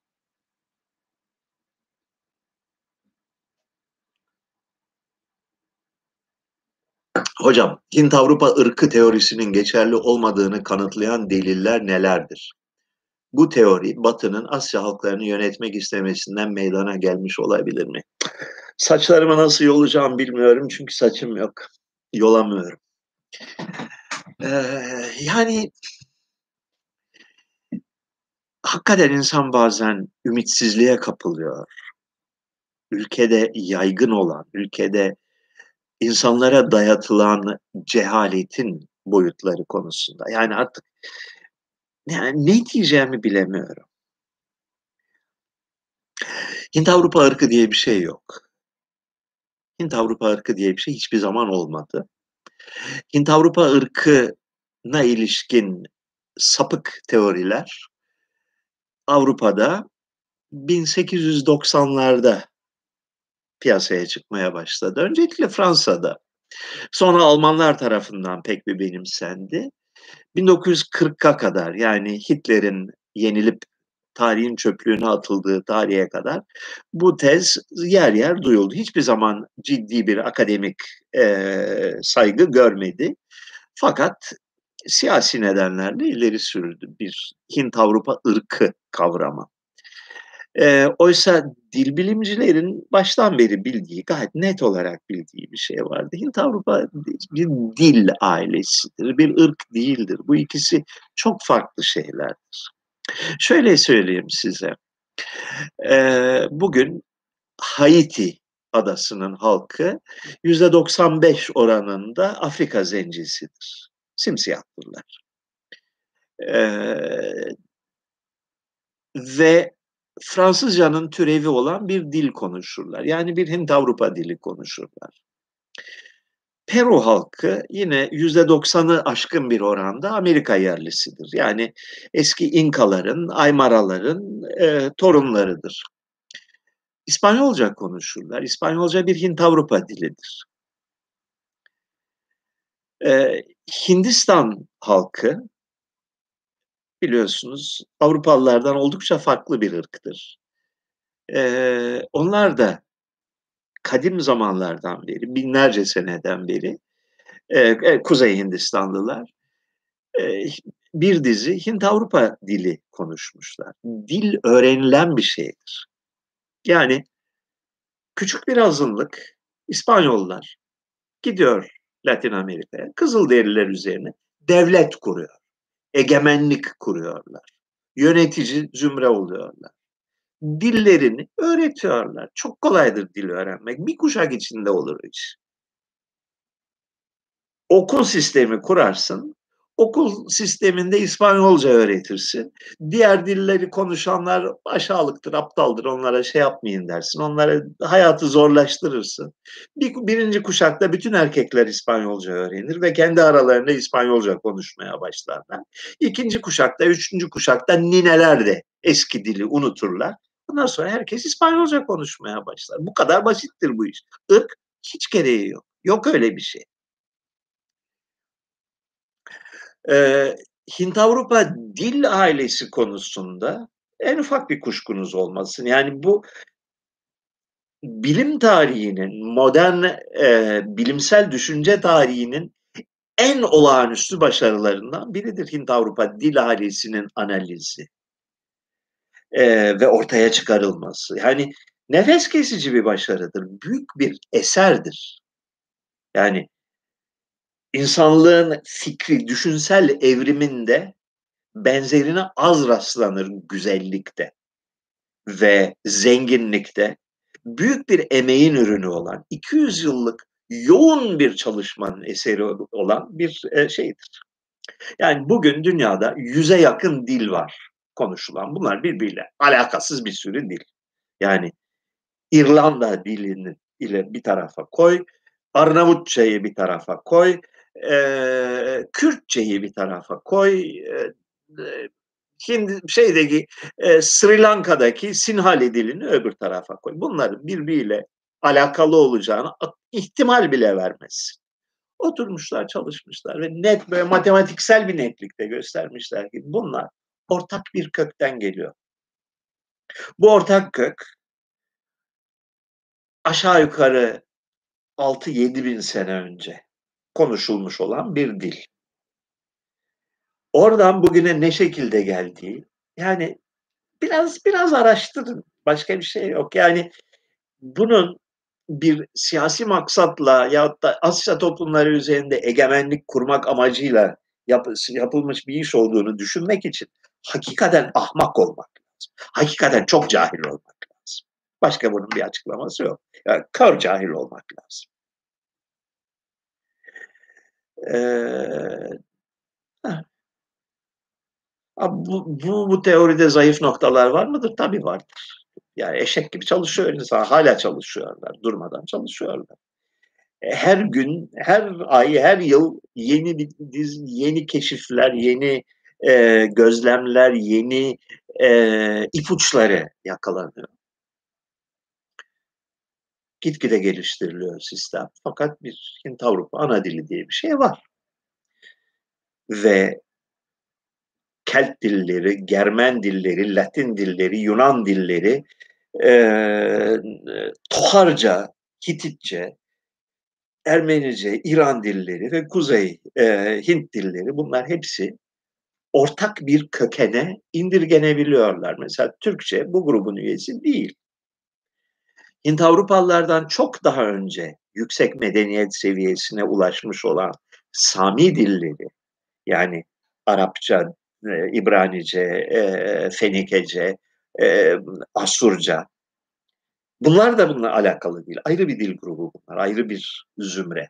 Hocam, Hint-Avrupa ırkı teorisinin geçerli olmadığını kanıtlayan deliller nelerdir? Bu teori Batı'nın Asya halklarını yönetmek istemesinden meydana gelmiş olabilir mi? Saçlarımı nasıl yolacağım bilmiyorum çünkü saçım yok. Yolamıyorum. Ee, yani hakikaten insan bazen ümitsizliğe kapılıyor. Ülkede yaygın olan, ülkede insanlara dayatılan cehaletin boyutları konusunda. Yani artık yani ne diyeceğimi bilemiyorum. Hint-Avrupa ırkı diye bir şey yok. Hint-Avrupa ırkı diye bir şey hiçbir zaman olmadı. Hint-Avrupa ırkına ilişkin sapık teoriler Avrupa'da bin sekiz yüz doksanlarda piyasaya çıkmaya başladı. Öncelikle Fransa'da. Sonra Almanlar tarafından pek bir benimsendi. bin dokuz yüz kırka kadar, yani Hitler'in yenilip tarihin çöplüğüne atıldığı tarihe kadar bu tez yer yer duyuldu. Hiçbir zaman ciddi bir akademik eee, saygı görmedi. Fakat siyasi nedenlerle ileri sürüldü bir Hint-Avrupa ırkı kavramı. Eee, oysa dil bilimcilerin baştan beri bildiği, gayet net olarak bildiği bir şey vardı. Hint-Avrupa bir dil ailesidir, bir ırk değildir. Bu ikisi çok farklı şeylerdir. Şöyle söyleyeyim size, eee, bugün Haiti adasının halkı yüzde doksan beş oranında Afrika zencisidir. Simsiyahtırlar. Eee, ve Fransızcanın türevi olan bir dil konuşurlar. Yani bir Hint-Avrupa dili konuşurlar. Peru halkı yine yüzde doksanı aşkın bir oranda Amerika yerlisidir. Yani eski İnkaların, Aymaraların e, torunlarıdır. İspanyolca konuşurlar. İspanyolca bir Hint-Avrupa dilidir. E, Hindistan halkı biliyorsunuz Avrupalılardan oldukça farklı bir ırktır. E, onlar da kadim zamanlardan beri, binlerce seneden beri e, e, Kuzey Hindistanlılar e, bir dizi Hint-Avrupa dili konuşmuşlar. Dil öğrenilen bir şeydir. Yani küçük bir azınlık İspanyollar gidiyor Latin Amerika'ya, Kızılderililer üzerine devlet kuruyor, egemenlik kuruyorlar, yönetici zümre oluyorlar. Dillerini öğretiyorlar. Çok kolaydır dil öğrenmek. Bir kuşak içinde olur iş. Okul sistemi kurarsın, okul sisteminde İspanyolca öğretirsin. Diğer dilleri konuşanlar aşağılıktır, aptaldır, onlara şey yapmayın dersin. Onlara hayatı zorlaştırırsın. Bir, birinci kuşakta bütün erkekler İspanyolca öğrenir ve kendi aralarında İspanyolca konuşmaya başlarlar. İkinci kuşakta, üçüncü kuşakta nineler de eski dili unuturlar. Ondan sonra herkes İspanyolca konuşmaya başlar. Bu kadar basittir bu iş. Irk hiç gereği yok. Yok öyle bir şey. Eee, Hint-Avrupa dil ailesi konusunda en ufak bir kuşkunuz olmasın. Yani bu bilim tarihinin, modern eee, bilimsel düşünce tarihinin en olağanüstü başarılarından biridir Hint-Avrupa dil ailesinin analizi eee, ve ortaya çıkarılması. Yani nefes kesici bir başarıdır, büyük bir eserdir. Yani insanlığın fikri, düşünsel evriminde benzerine az rastlanır güzellikte ve zenginlikte. Büyük bir emeğin ürünü olan, iki yüz yıllık yoğun bir çalışmanın eseri olan bir e, şeydir. Yani bugün dünyada yüze yakın dil var konuşulan. Bunlar birbiriyle alakasız bir sürü dil. Yani İrlanda dilini ile bir tarafa koy, Arnavutçayı bir tarafa koy, e, Kürtçeyi bir tarafa koy, e, Şimdi şeydeki e, Sri Lanka'daki Sinhali dilini öbür tarafa koy. Bunların birbiriyle alakalı olacağını ihtimal bile vermez. Oturmuşlar, çalışmışlar ve net böyle matematiksel bir netlikte göstermişler ki bunlar ortak bir kökten geliyor. Bu ortak kök aşağı yukarı altı yedi bin sene önce konuşulmuş olan bir dil. Oradan bugüne ne şekilde geldiği, yani biraz biraz araştırın. Başka bir şey yok. Yani bunun bir siyasi maksatla yahut da Asya toplumları üzerinde egemenlik kurmak amacıyla yap, yapılmış bir iş olduğunu düşünmek için hakikaten ahmak olmak lazım. Hakikaten çok cahil olmak lazım. Başka bunun bir açıklaması yok. Yani kör cahil olmak lazım. Ee, bu, bu, bu teoride zayıf noktalar var mıdır? Tabii vardır. Yani eşek gibi çalışıyor insan. Hala çalışıyorlar. Durmadan çalışıyorlar. Her gün, her ay, her yıl yeni bir dizi, yeni keşifler, yeni e, gözlemler, yeni e, ipuçları yakalanıyor. Gitgide geliştiriliyor sistem. Fakat bir Hint-Avrupa ana dili diye bir şey var. ve Kelt dilleri, Germen dilleri, Latin dilleri, Yunan dilleri, eee, Toharca, Hititçe, Ermenice, İran dilleri ve Kuzey eee, Hint dilleri bunlar hepsi ortak bir kökene indirgenebiliyorlar. Mesela Türkçe bu grubun üyesi değil. Hint-Avrupalılardan çok daha önce yüksek medeniyet seviyesine ulaşmış olan Sami dilleri, yani Arapça, eee, İbranice, eee, Fenikece, eee, Asurca, bunlar da bununla alakalı değil. Ayrı bir dil grubu bunlar, ayrı bir zümre.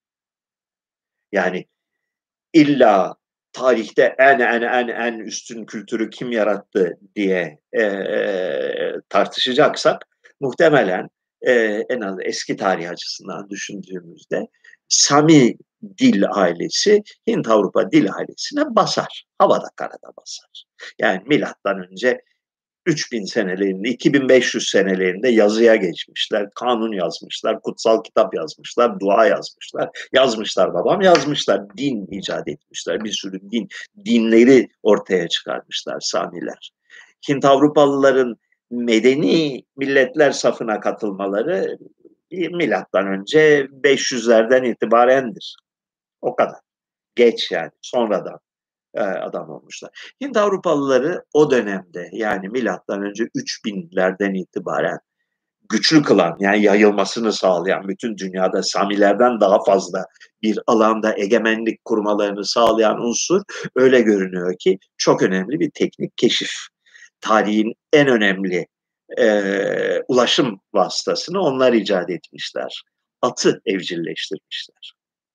Yani illa tarihte en en en en üstün kültürü kim yarattı diye eee, tartışacaksak muhtemelen eee, en az eski tarih açısından düşündüğümüzde Sami dil ailesi Hint-Avrupa dil ailesine basar. Havada karada basar. Yani milattan önce üç bin senelerinde, iki bin beş yüz senelerinde yazıya geçmişler, kanun yazmışlar, kutsal kitap yazmışlar, dua yazmışlar. Yazmışlar babam, yazmışlar. Din icat etmişler, bir sürü din. Dinleri ortaya çıkarmışlar Samiler. Hint-Avrupalıların medeni milletler safına katılmaları milattan önce beş yüzlerden itibarendir. O kadar. Geç yani, sonradan e, adam olmuşlar. Hint Avrupalıları o dönemde yani milattan önce üç binlerden itibaren güçlü kılan yani yayılmasını sağlayan bütün dünyada Samilerden daha fazla bir alanda egemenlik kurmalarını sağlayan unsur öyle görünüyor ki çok önemli bir teknik keşif. Tarihin en önemli e, ulaşım vasıtasını onlar icat etmişler. Atı evcilleştirmişler.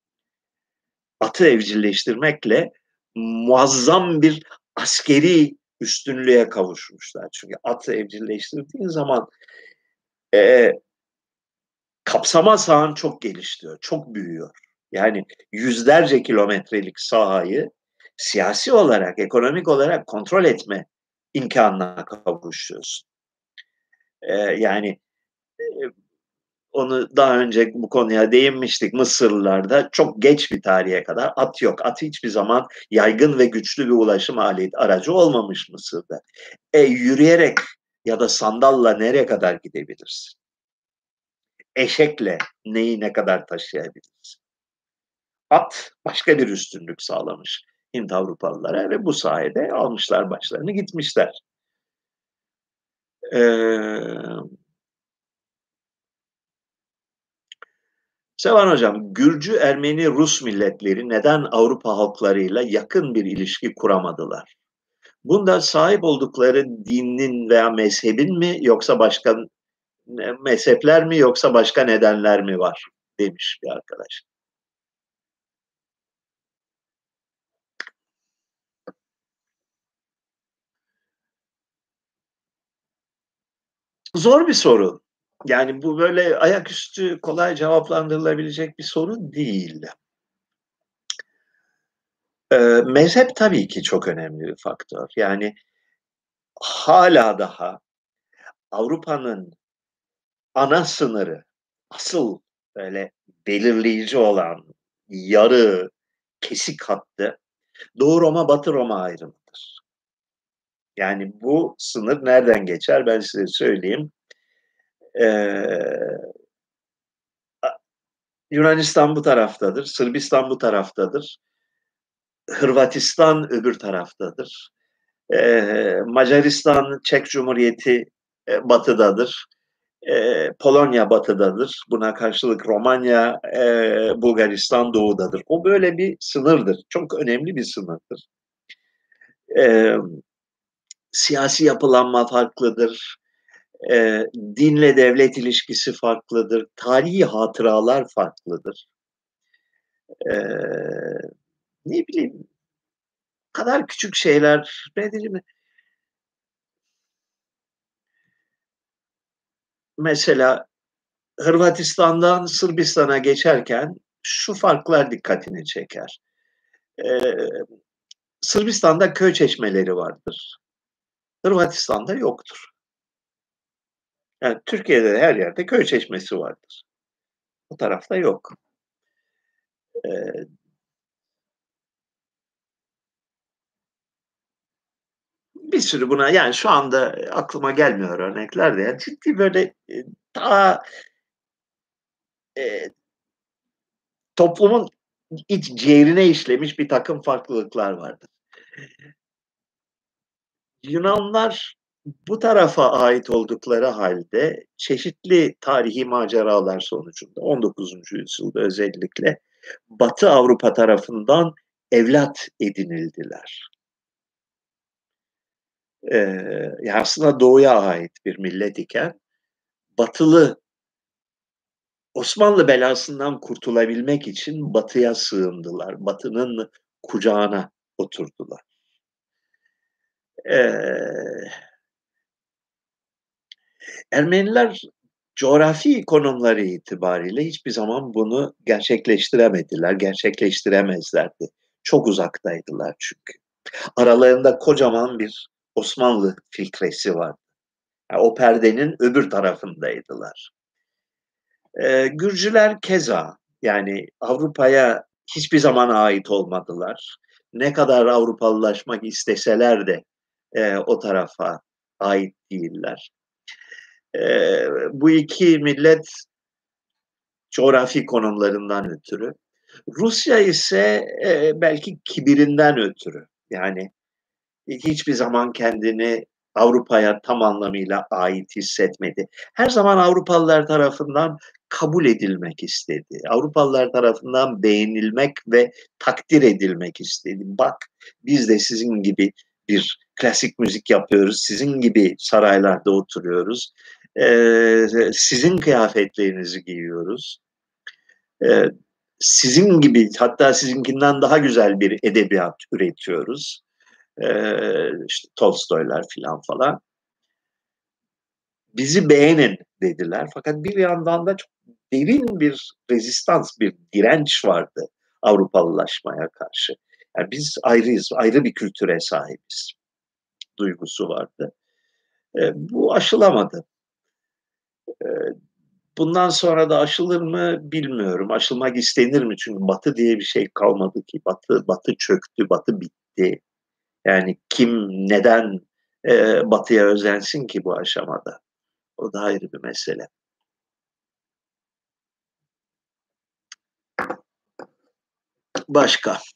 Atı evcilleştirmekle muazzam bir askeri üstünlüğe kavuşmuşlar. Çünkü atı evcilleştirdiğin zaman e, kapsama sahan çok gelişiyor, çok büyüyor. Yani yüzlerce kilometrelik sahayı siyasi olarak, ekonomik olarak kontrol etme imkanına kavuşuyorsun. E, yani e, onu daha önce bu konuya değinmiştik. Mısırlılarda çok geç bir tarihe kadar at yok. At hiçbir zaman yaygın ve güçlü bir ulaşım aleti aracı olmamış Mısır'da. E, yürüyerek ya da sandalla nereye kadar gidebilirsin? Eşekle neyi ne kadar taşıyabilirsin? At başka bir üstünlük sağlamış Hint Avrupalılara ve bu sayede almışlar başlarını gitmişler. Ee, Sevan Hocam, Gürcü, Ermeni, Rus milletleri neden Avrupa halklarıyla yakın bir ilişki kuramadılar? Bunda sahip oldukları dinin veya mezhebin mi yoksa başka mezhepler mi yoksa başka nedenler mi var demiş bir arkadaş. Zor bir soru. Yani bu böyle ayaküstü kolay cevaplandırılabilecek bir soru değil. Ee, mezhep tabii ki çok önemli bir faktör. Yani hala daha Avrupa'nın ana sınırı, asıl böyle belirleyici olan yarı kesik hattı Doğu Roma, Batı Roma ayrımıdır. Yani bu sınır nereden geçer ben size söyleyeyim. Ee, Yunanistan bu taraftadır, Sırbistan bu taraftadır, Hırvatistan öbür taraftadır. Ee, Macaristan, Çek Cumhuriyeti e, batıdadır. E, Polonya batıdadır. Buna karşılık Romanya, e, Bulgaristan doğudadır. O böyle bir sınırdır. Çok önemli bir sınırdır. E, Siyasi yapılanma farklıdır. E, dinle devlet ilişkisi farklıdır. Tarihi hatıralar farklıdır. E, Ne bileyim, kadar küçük şeyler. Ne diyeyim? Mesela Hırvatistan'dan Sırbistan'a geçerken şu farklar dikkatini çeker. Ee, Sırbistan'da köy çeşmeleri vardır. Hırvatistan'da yoktur. Yani Türkiye'de her yerde köy çeşmesi vardır. Bu tarafta yok. Ee, sürü buna, yani, şu anda aklıma gelmiyor örnekler de, yani, ciddi böyle, eee, ta eee, toplumun iç ciğerine işlemiş birtakım farklılıklar vardır. Yunanlılar bu tarafa ait oldukları hâlde çeşitli tarihi maceralar sonucunda on dokuzuncu yüzyılda özellikle Batı Avrupa tarafından evlat edinildiler. Eee, ya, aslında Doğu'ya ait bir millet iken Batılı Osmanlı belasından kurtulabilmek için Batı'ya sığındılar. Batı'nın kucağına oturdular. Eee Ermeniler coğrafi konumları itibariyle hiçbir zaman bunu gerçekleştiremediler, gerçekleştiremezlerdi. Çok uzaktaydılar çünkü. Aralarında kocaman bir Osmanlı filtresi var. Ya, o perdenin öbür tarafındaydılar. Eee, Gürcüler keza, yani Avrupa'ya hiçbir zaman ait olmadılar. Ne kadar Avrupalılaşmak isteseler de, eee, o tarafa ait değiller. Eee, bu iki millet coğrafi konumlarından ötürü. Rusya ise, eee, belki kibirinden ötürü, yani, hiçbir zaman kendini Avrupa'ya tam anlamıyla ait hissetmedi. Her zaman Avrupalılar tarafından kabul edilmek istedi. Avrupalılar tarafından beğenilmek ve takdir edilmek istedi. "Bak, biz de sizin gibi bir klasik müzik yapıyoruz, sizin gibi saraylarda oturuyoruz, eee, sizin kıyafetlerinizi giyiyoruz. Eee, sizin gibi, hatta sizinkinden daha güzel bir edebiyat üretiyoruz." Eee, işte Tolstoylar filan falan. "Bizi beğenin." dediler. Fakat bir yandan da çok derin bir rezistans, bir direnç vardı Avrupalılaşmaya karşı. Yani biz ayrıyız, ayrı bir kültüre sahibiz duygusu vardı. Eee, bu aşılamadı. Eee, bundan sonra da aşılır mı bilmiyorum. Aşılmak istenir mi? Çünkü Batı diye bir şey kalmadı ki. Batı Batı çöktü, Batı bitti. Yani kim, neden, eee, Batı'ya özensin ki bu aşamada? O da ayrı bir mesele. Başka?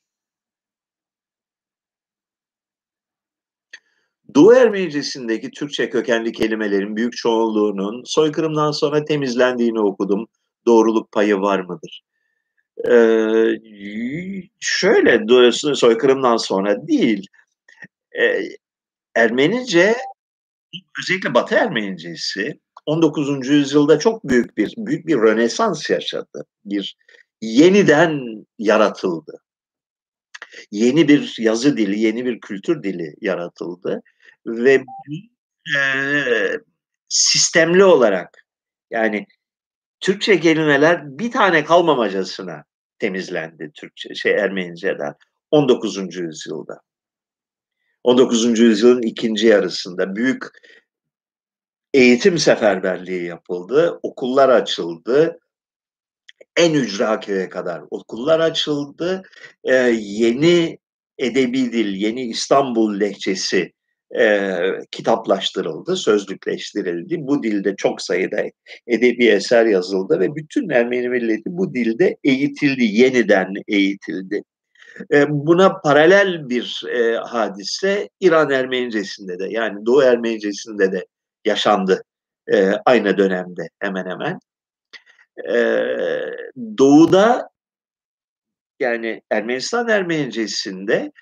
Doğu Ermenicesindeki Türkçe kökenli kelimelerin büyük çoğunluğunun soykırımdan sonra temizlendiğini okudum. Doğruluk payı var mıdır? Eee, y şöyle, doğrusu soykırımdan sonra değil, eee, Ermenice, özellikle Batı Ermenicesi on dokuzuncu yüzyılda çok büyük bir büyük bir rönesans yaşadı. Bir yeniden yaratıldı. Yeni bir yazı dili, yeni bir kültür dili yaratıldı ve bu, eee, sistemli olarak, yani Türkçe kelimeler bir tane kalmamacasına temizlendi Türkçe şey Ermenice'den on dokuzuncu yüzyılda. on dokuzuncu yüzyılın ikinci yarısında büyük eğitim seferberliği yapıldı, okullar açıldı. En ücra köye kadar okullar açıldı. Eee, yeni edebi dil, yeni İstanbul lehçesi, eee, kitaplaştırıldı, sözlükleştirildi. Bu dilde çok sayıda edebi eser yazıldı ve bütün Ermeni milleti bu dilde eğitildi, yeniden eğitildi. Eee, buna paralel bir, eee, hadise İran Ermenicesinde de, yani Doğu Ermenicesinde de yaşandı, eee, aynı dönemde hemen hemen. Eee, Doğu'da, yani Ermenistan Ermenicesinde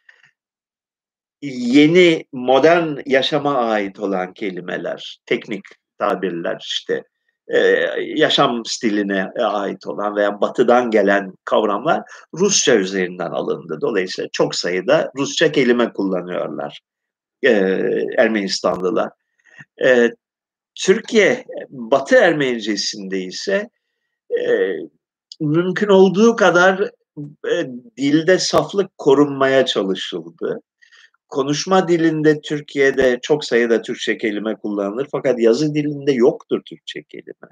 yeni modern yaşama ait olan kelimeler, teknik tabirler, işte, eee, yaşam stiline ait olan veya Batı'dan gelen kavramlar Rusça üzerinden alındı. Dolayısıyla çok sayıda Rusça kelime kullanıyorlar, eee, Ermenistanlılar. Eee, Türkiye, Batı Ermenicesinde ise, eee, mümkün olduğu kadar, eee, dilde saflık korunmaya çalışıldı. Konuşma dilinde Türkiye'de çok sayıda Türkçe kelime kullanılır fakat yazı dilinde yoktur Türkçe kelime.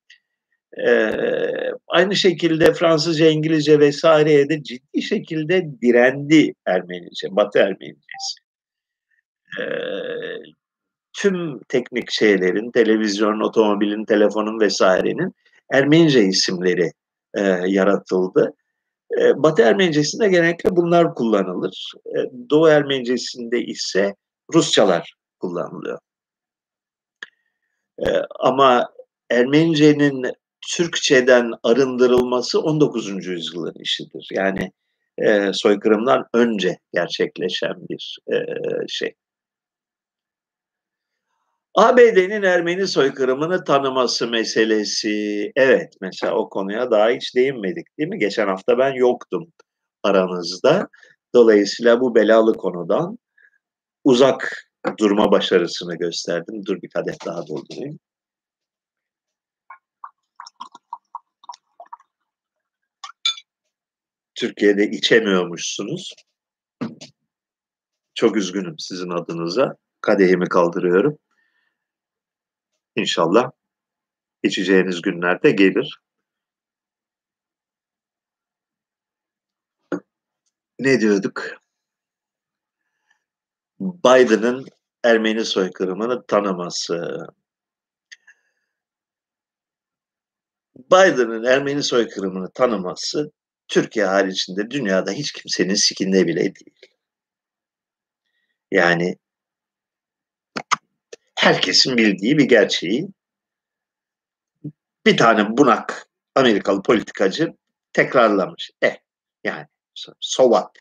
Eee, aynı şekilde Fransızca, İngilizce vesaireye de ciddi şekilde direndi Ermenice, Batı Ermenicesi. Eee, tüm teknik şeylerin, televizyonun, otomobilin, telefonun vesairenin Ermenice isimleri, eee, yaratıldı. Eee, Batı Ermenicesinde genellikle bunlar kullanılır. Eee, Doğu Ermenicesinde ise Rusçalar kullanılıyor. Eee, ama Ermenice'nin Türkçeden arındırılması on dokuzuncu yüzyılın işidir. Yani, eee, soykırımdan önce gerçekleşen bir, eee, şey. A B D'nin Ermeni soykırımını tanıması meselesi. Evet, mesela o konuya daha hiç değinmedik, değil mi? Geçen hafta ben yoktum aranızda. Dolayısıyla bu belalı konudan uzak durma başarısını gösterdim. Dur bir kadeh daha doldurayım. Türkiye'de içemiyormuşsunuz. Çok üzgünüm sizin adınıza. Kadehimi kaldırıyorum. İnşallah içeceğiniz günler de gelir. Ne diyorduk? Biden'ın Ermeni soykırımını tanıması. Biden'ın Ermeni soykırımını tanıması Türkiye haricinde dünyada hiç kimsenin sikinde bile değil. Yani herkesin bildiği bir gerçeği bir tane bunak Amerikalı politikacı tekrarlamış. Eh yani so what?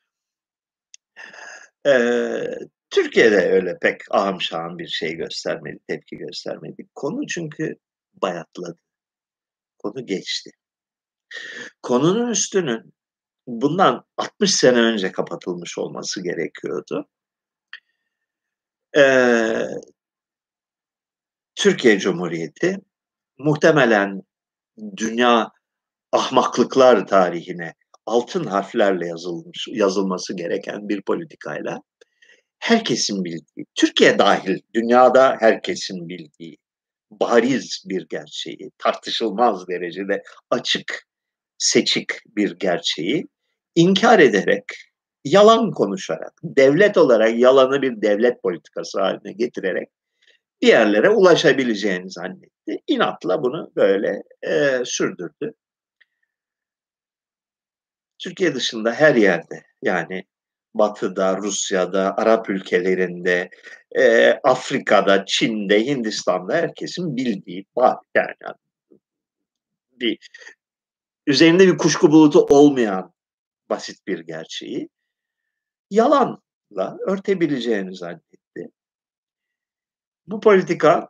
Eee, Türkiye'de öyle pek ahım şahım bir şey göstermedi, tepki göstermedi. Konu çünkü bayatladı. Konu geçti. Konunun üstünün bundan altmış sene önce kapatılmış olması gerekiyordu. Eee, Türkiye Cumhuriyeti muhtemelen dünya ahmaklıklar tarihine altın harflerle yazılmış yazılması gereken bir politikayla herkesin bildiği, Türkiye dahil dünyada herkesin bildiği bariz bir gerçeği, tartışılmaz derecede açık, seçik bir gerçeği inkar ederek, yalan konuşarak, devlet olarak yalanı bir devlet politikası haline getirerek bir yerlere ulaşabileceğini zannetti. İnatla bunu böyle eee, sürdürdü. Türkiye dışında her yerde yani Batı'da, Rusya'da, Arap ülkelerinde, eee, Afrika'da, Çin'de, Hindistan'da herkesin bildiği var yani bir üzerinde bir kuşku bulutu olmayan basit bir gerçeği yalanla örtebileceğini zannetti. Bu politika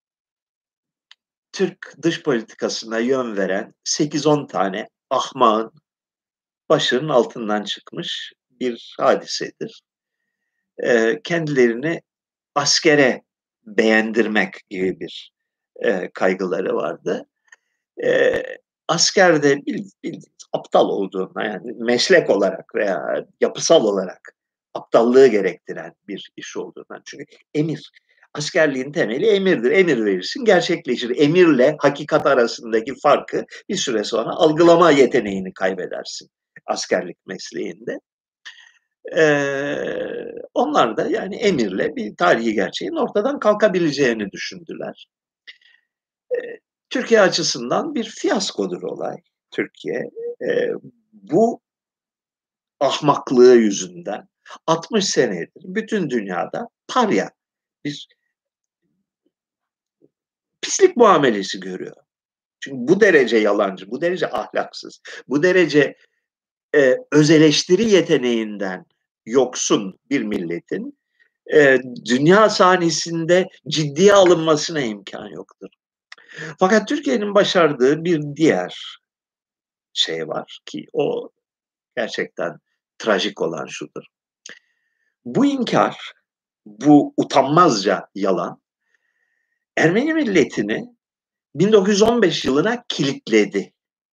Türk dış politikasına yön veren sekiz on tane ahmağın başının altından çıkmış bir hadisedir. Eee, kendilerini askere beğendirmek gibi bir, eee, kaygıları vardı. Eee, asker de bil bildiğiniz aptal olduğundan yani meslek olarak veya yapısal olarak aptallığı gerektiren bir iş olduğundan. Çünkü emir, askerliğin temeli emirdir. Emir verirsin, gerçekleşir. Emirle hakikat arasındaki farkı bir süre sonra algılama yeteneğini kaybedersin askerlik mesleğinde. Eee, onlar da yani emirle bir tarihi gerçeğin ortadan kalkabileceğini düşündüler. Eee, Türkiye açısından bir fiyaskodur olay. Türkiye eee, bu ahmaklığı yüzünden altmış senedir bütün dünyada parya, bir pislik muamelesi görüyor. Çünkü bu derece yalancı, bu derece ahlaksız, bu derece eee, öz eleştiri yeteneğinden yoksun bir milletin eee, dünya sahnesinde ciddiye alınmasına imkan yoktur. Fakat Türkiye'nin başardığı bir diğer şey var ki o gerçekten trajik olan şudur. Bu inkar, bu utanmazca yalan Ermeni milletini bin dokuz yüz on beş yılına kilitledi.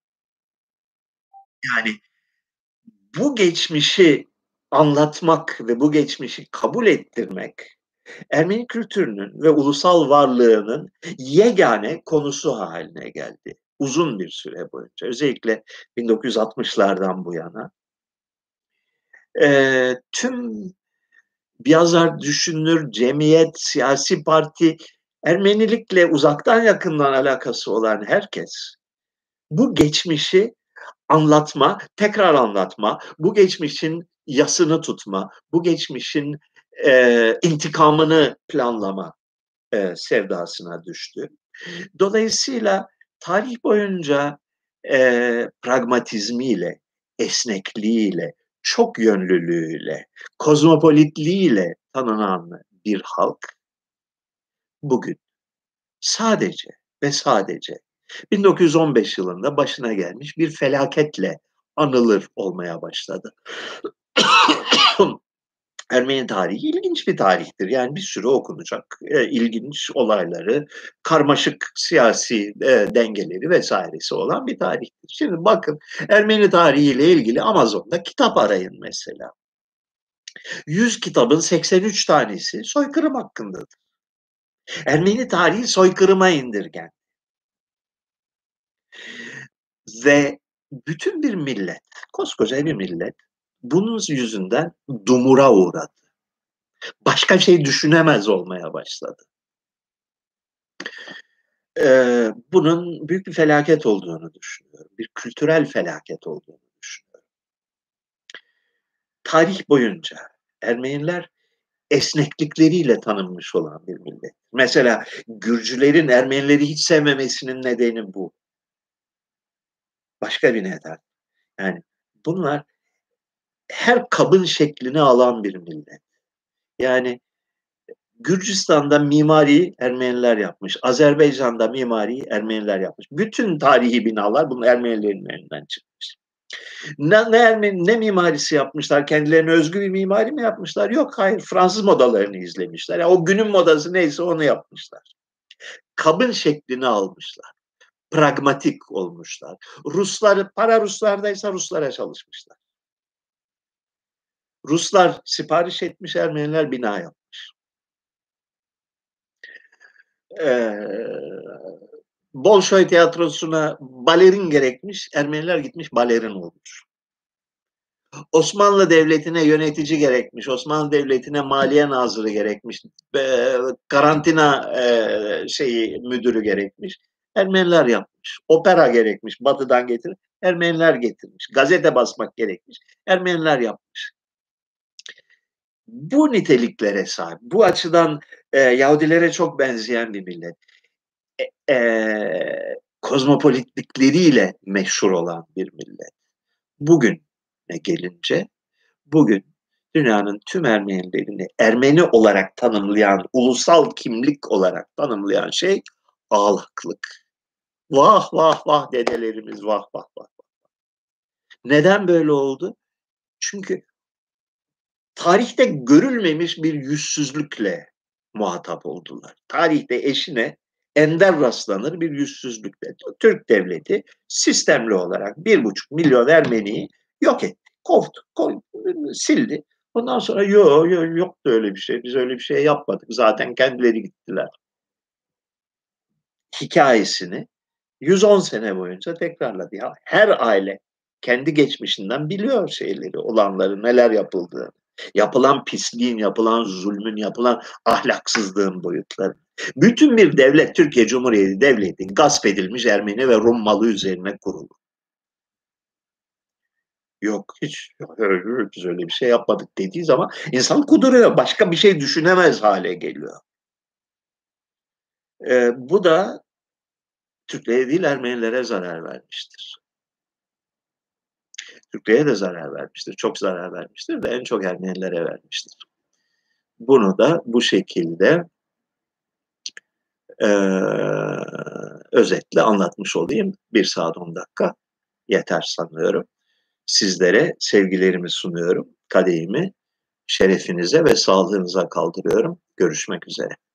Yani bu geçmişi anlatmak ve bu geçmişi kabul ettirmek Ermeni kültürünün ve ulusal varlığının yegane konusu haline geldi uzun bir süre boyunca. Özellikle bin dokuz yüz altmışlardan bu yana. Eee, tüm bir yazar, düşünür, cemiyet, siyasi parti, Ermenilikle uzaktan yakından alakası olan herkes, bu geçmişi anlatma, tekrar anlatma, bu geçmişin yasını tutma, bu geçmişin eee, intikamını planlama eee, sevdasına düştü. Dolayısıyla tarih boyunca eee, pragmatizmiyle, esnekliğiyle, çok yönlülüğüyle, kozmopolitliğiyle tanınan bir halk bugün sadece ve sadece bin dokuz yüz on beş yılında başına gelmiş bir felaketle anılır olmaya başladı. Ermeni tarihi ilginç bir tarihtir. Yani bir sürü okunacak e, ilginç olayları, karmaşık siyasi e, dengeleri vesairesi olan bir tarihtir. Şimdi bakın Ermeni tarihiyle ilgili Amazon'da kitap arayın mesela. yüz kitabın seksen üç tanesi soykırım hakkındadır. Ermeni tarihi soykırıma indirgen. Ve bütün bir millet, koskoca bir millet bunun yüzünden dumura uğradı. Başka şey düşünemez olmaya başladı. Ee, bunun büyük bir felaket olduğunu düşünüyorum. Bir kültürel felaket olduğunu düşünüyorum. Tarih boyunca Ermeniler esneklikleriyle tanınmış olan bir millet. Mesela Gürcülerin Ermenileri hiç sevmemesinin nedeni bu. Başka bir neden. Yani bunlar her kabın şeklini alan bir millet. Yani Gürcistan'da mimariyi Ermeniler yapmış. Azerbaycan'da mimariyi Ermeniler yapmış. Bütün tarihi binalar bunun Ermenilerin elinden çıkmış. Ne, ne, Ermeni, ne mimarisi yapmışlar? Kendilerine özgü bir mimari mi yapmışlar? Yok, hayır. Fransız modalarını izlemişler. Yani o günün modası neyse onu yapmışlar. Kabın şeklini almışlar. Pragmatik olmuşlar. Ruslar, para Ruslardaysa Ruslara çalışmışlar. Ruslar sipariş etmiş, Ermeniler bina yapmış. Ee, Bolşoy tiyatrosuna balerin gerekmiş, Ermeniler gitmiş balerin olmuş. Osmanlı Devleti'ne yönetici gerekmiş, Osmanlı Devleti'ne maliye nazırı gerekmiş, e, karantina e, şeyi müdürü gerekmiş, Ermeniler yapmış. Opera gerekmiş, Batı'dan getir, Ermeniler getirmiş. Gazete basmak gerekmiş, Ermeniler yapmış. Bu niteliklere sahip, bu açıdan e, Yahudilere çok benzeyen bir millet. E, e, kozmopolitlikleriyle meşhur olan bir millet. Bugüne gelince, bugün dünyanın tüm Ermenilerini Ermeni olarak tanımlayan, ulusal kimlik olarak tanımlayan şey ağlaklık. Vah vah vah dedelerimiz, vah vah vah. Neden böyle oldu? Çünkü tarihte görülmemiş bir yüzsüzlükle muhatap oldular. Tarihte eşine ender rastlanır bir yüzsüzlükle. Türk devleti sistemli olarak bir buçuk milyon Ermeniyi yok etti. Kovdu, kovdu, sildi. Ondan sonra yok yo, yoktu öyle bir şey. Biz öyle bir şey yapmadık. Zaten kendileri gittiler. Hikayesini yüz on sene boyunca tekrarladı. Ya her aile kendi geçmişinden biliyor şeyleri, olanları, neler yapıldığını. Yapılan pisliğin, yapılan zulmün, yapılan ahlaksızlığın boyutları. Bütün bir devlet, Türkiye Cumhuriyeti Devleti gasp edilmiş Ermeni ve Rum malı üzerine kurulu. Yok hiç biz öyle bir şey yapmadık dediği zaman insan kuduruyor. Başka bir şey düşünemez hale geliyor. Ee, bu da Türklere değil Ermenilere zarar vermiştir. Türklere de zarar vermiştir. Çok zarar vermiştir ve en çok Ermenilere vermiştir. Bunu da bu şekilde e, özetle anlatmış olayım. Bir saat on dakika yeter sanıyorum. Sizlere sevgilerimi sunuyorum. Kadehimi şerefinize ve sağlığınıza kaldırıyorum. Görüşmek üzere.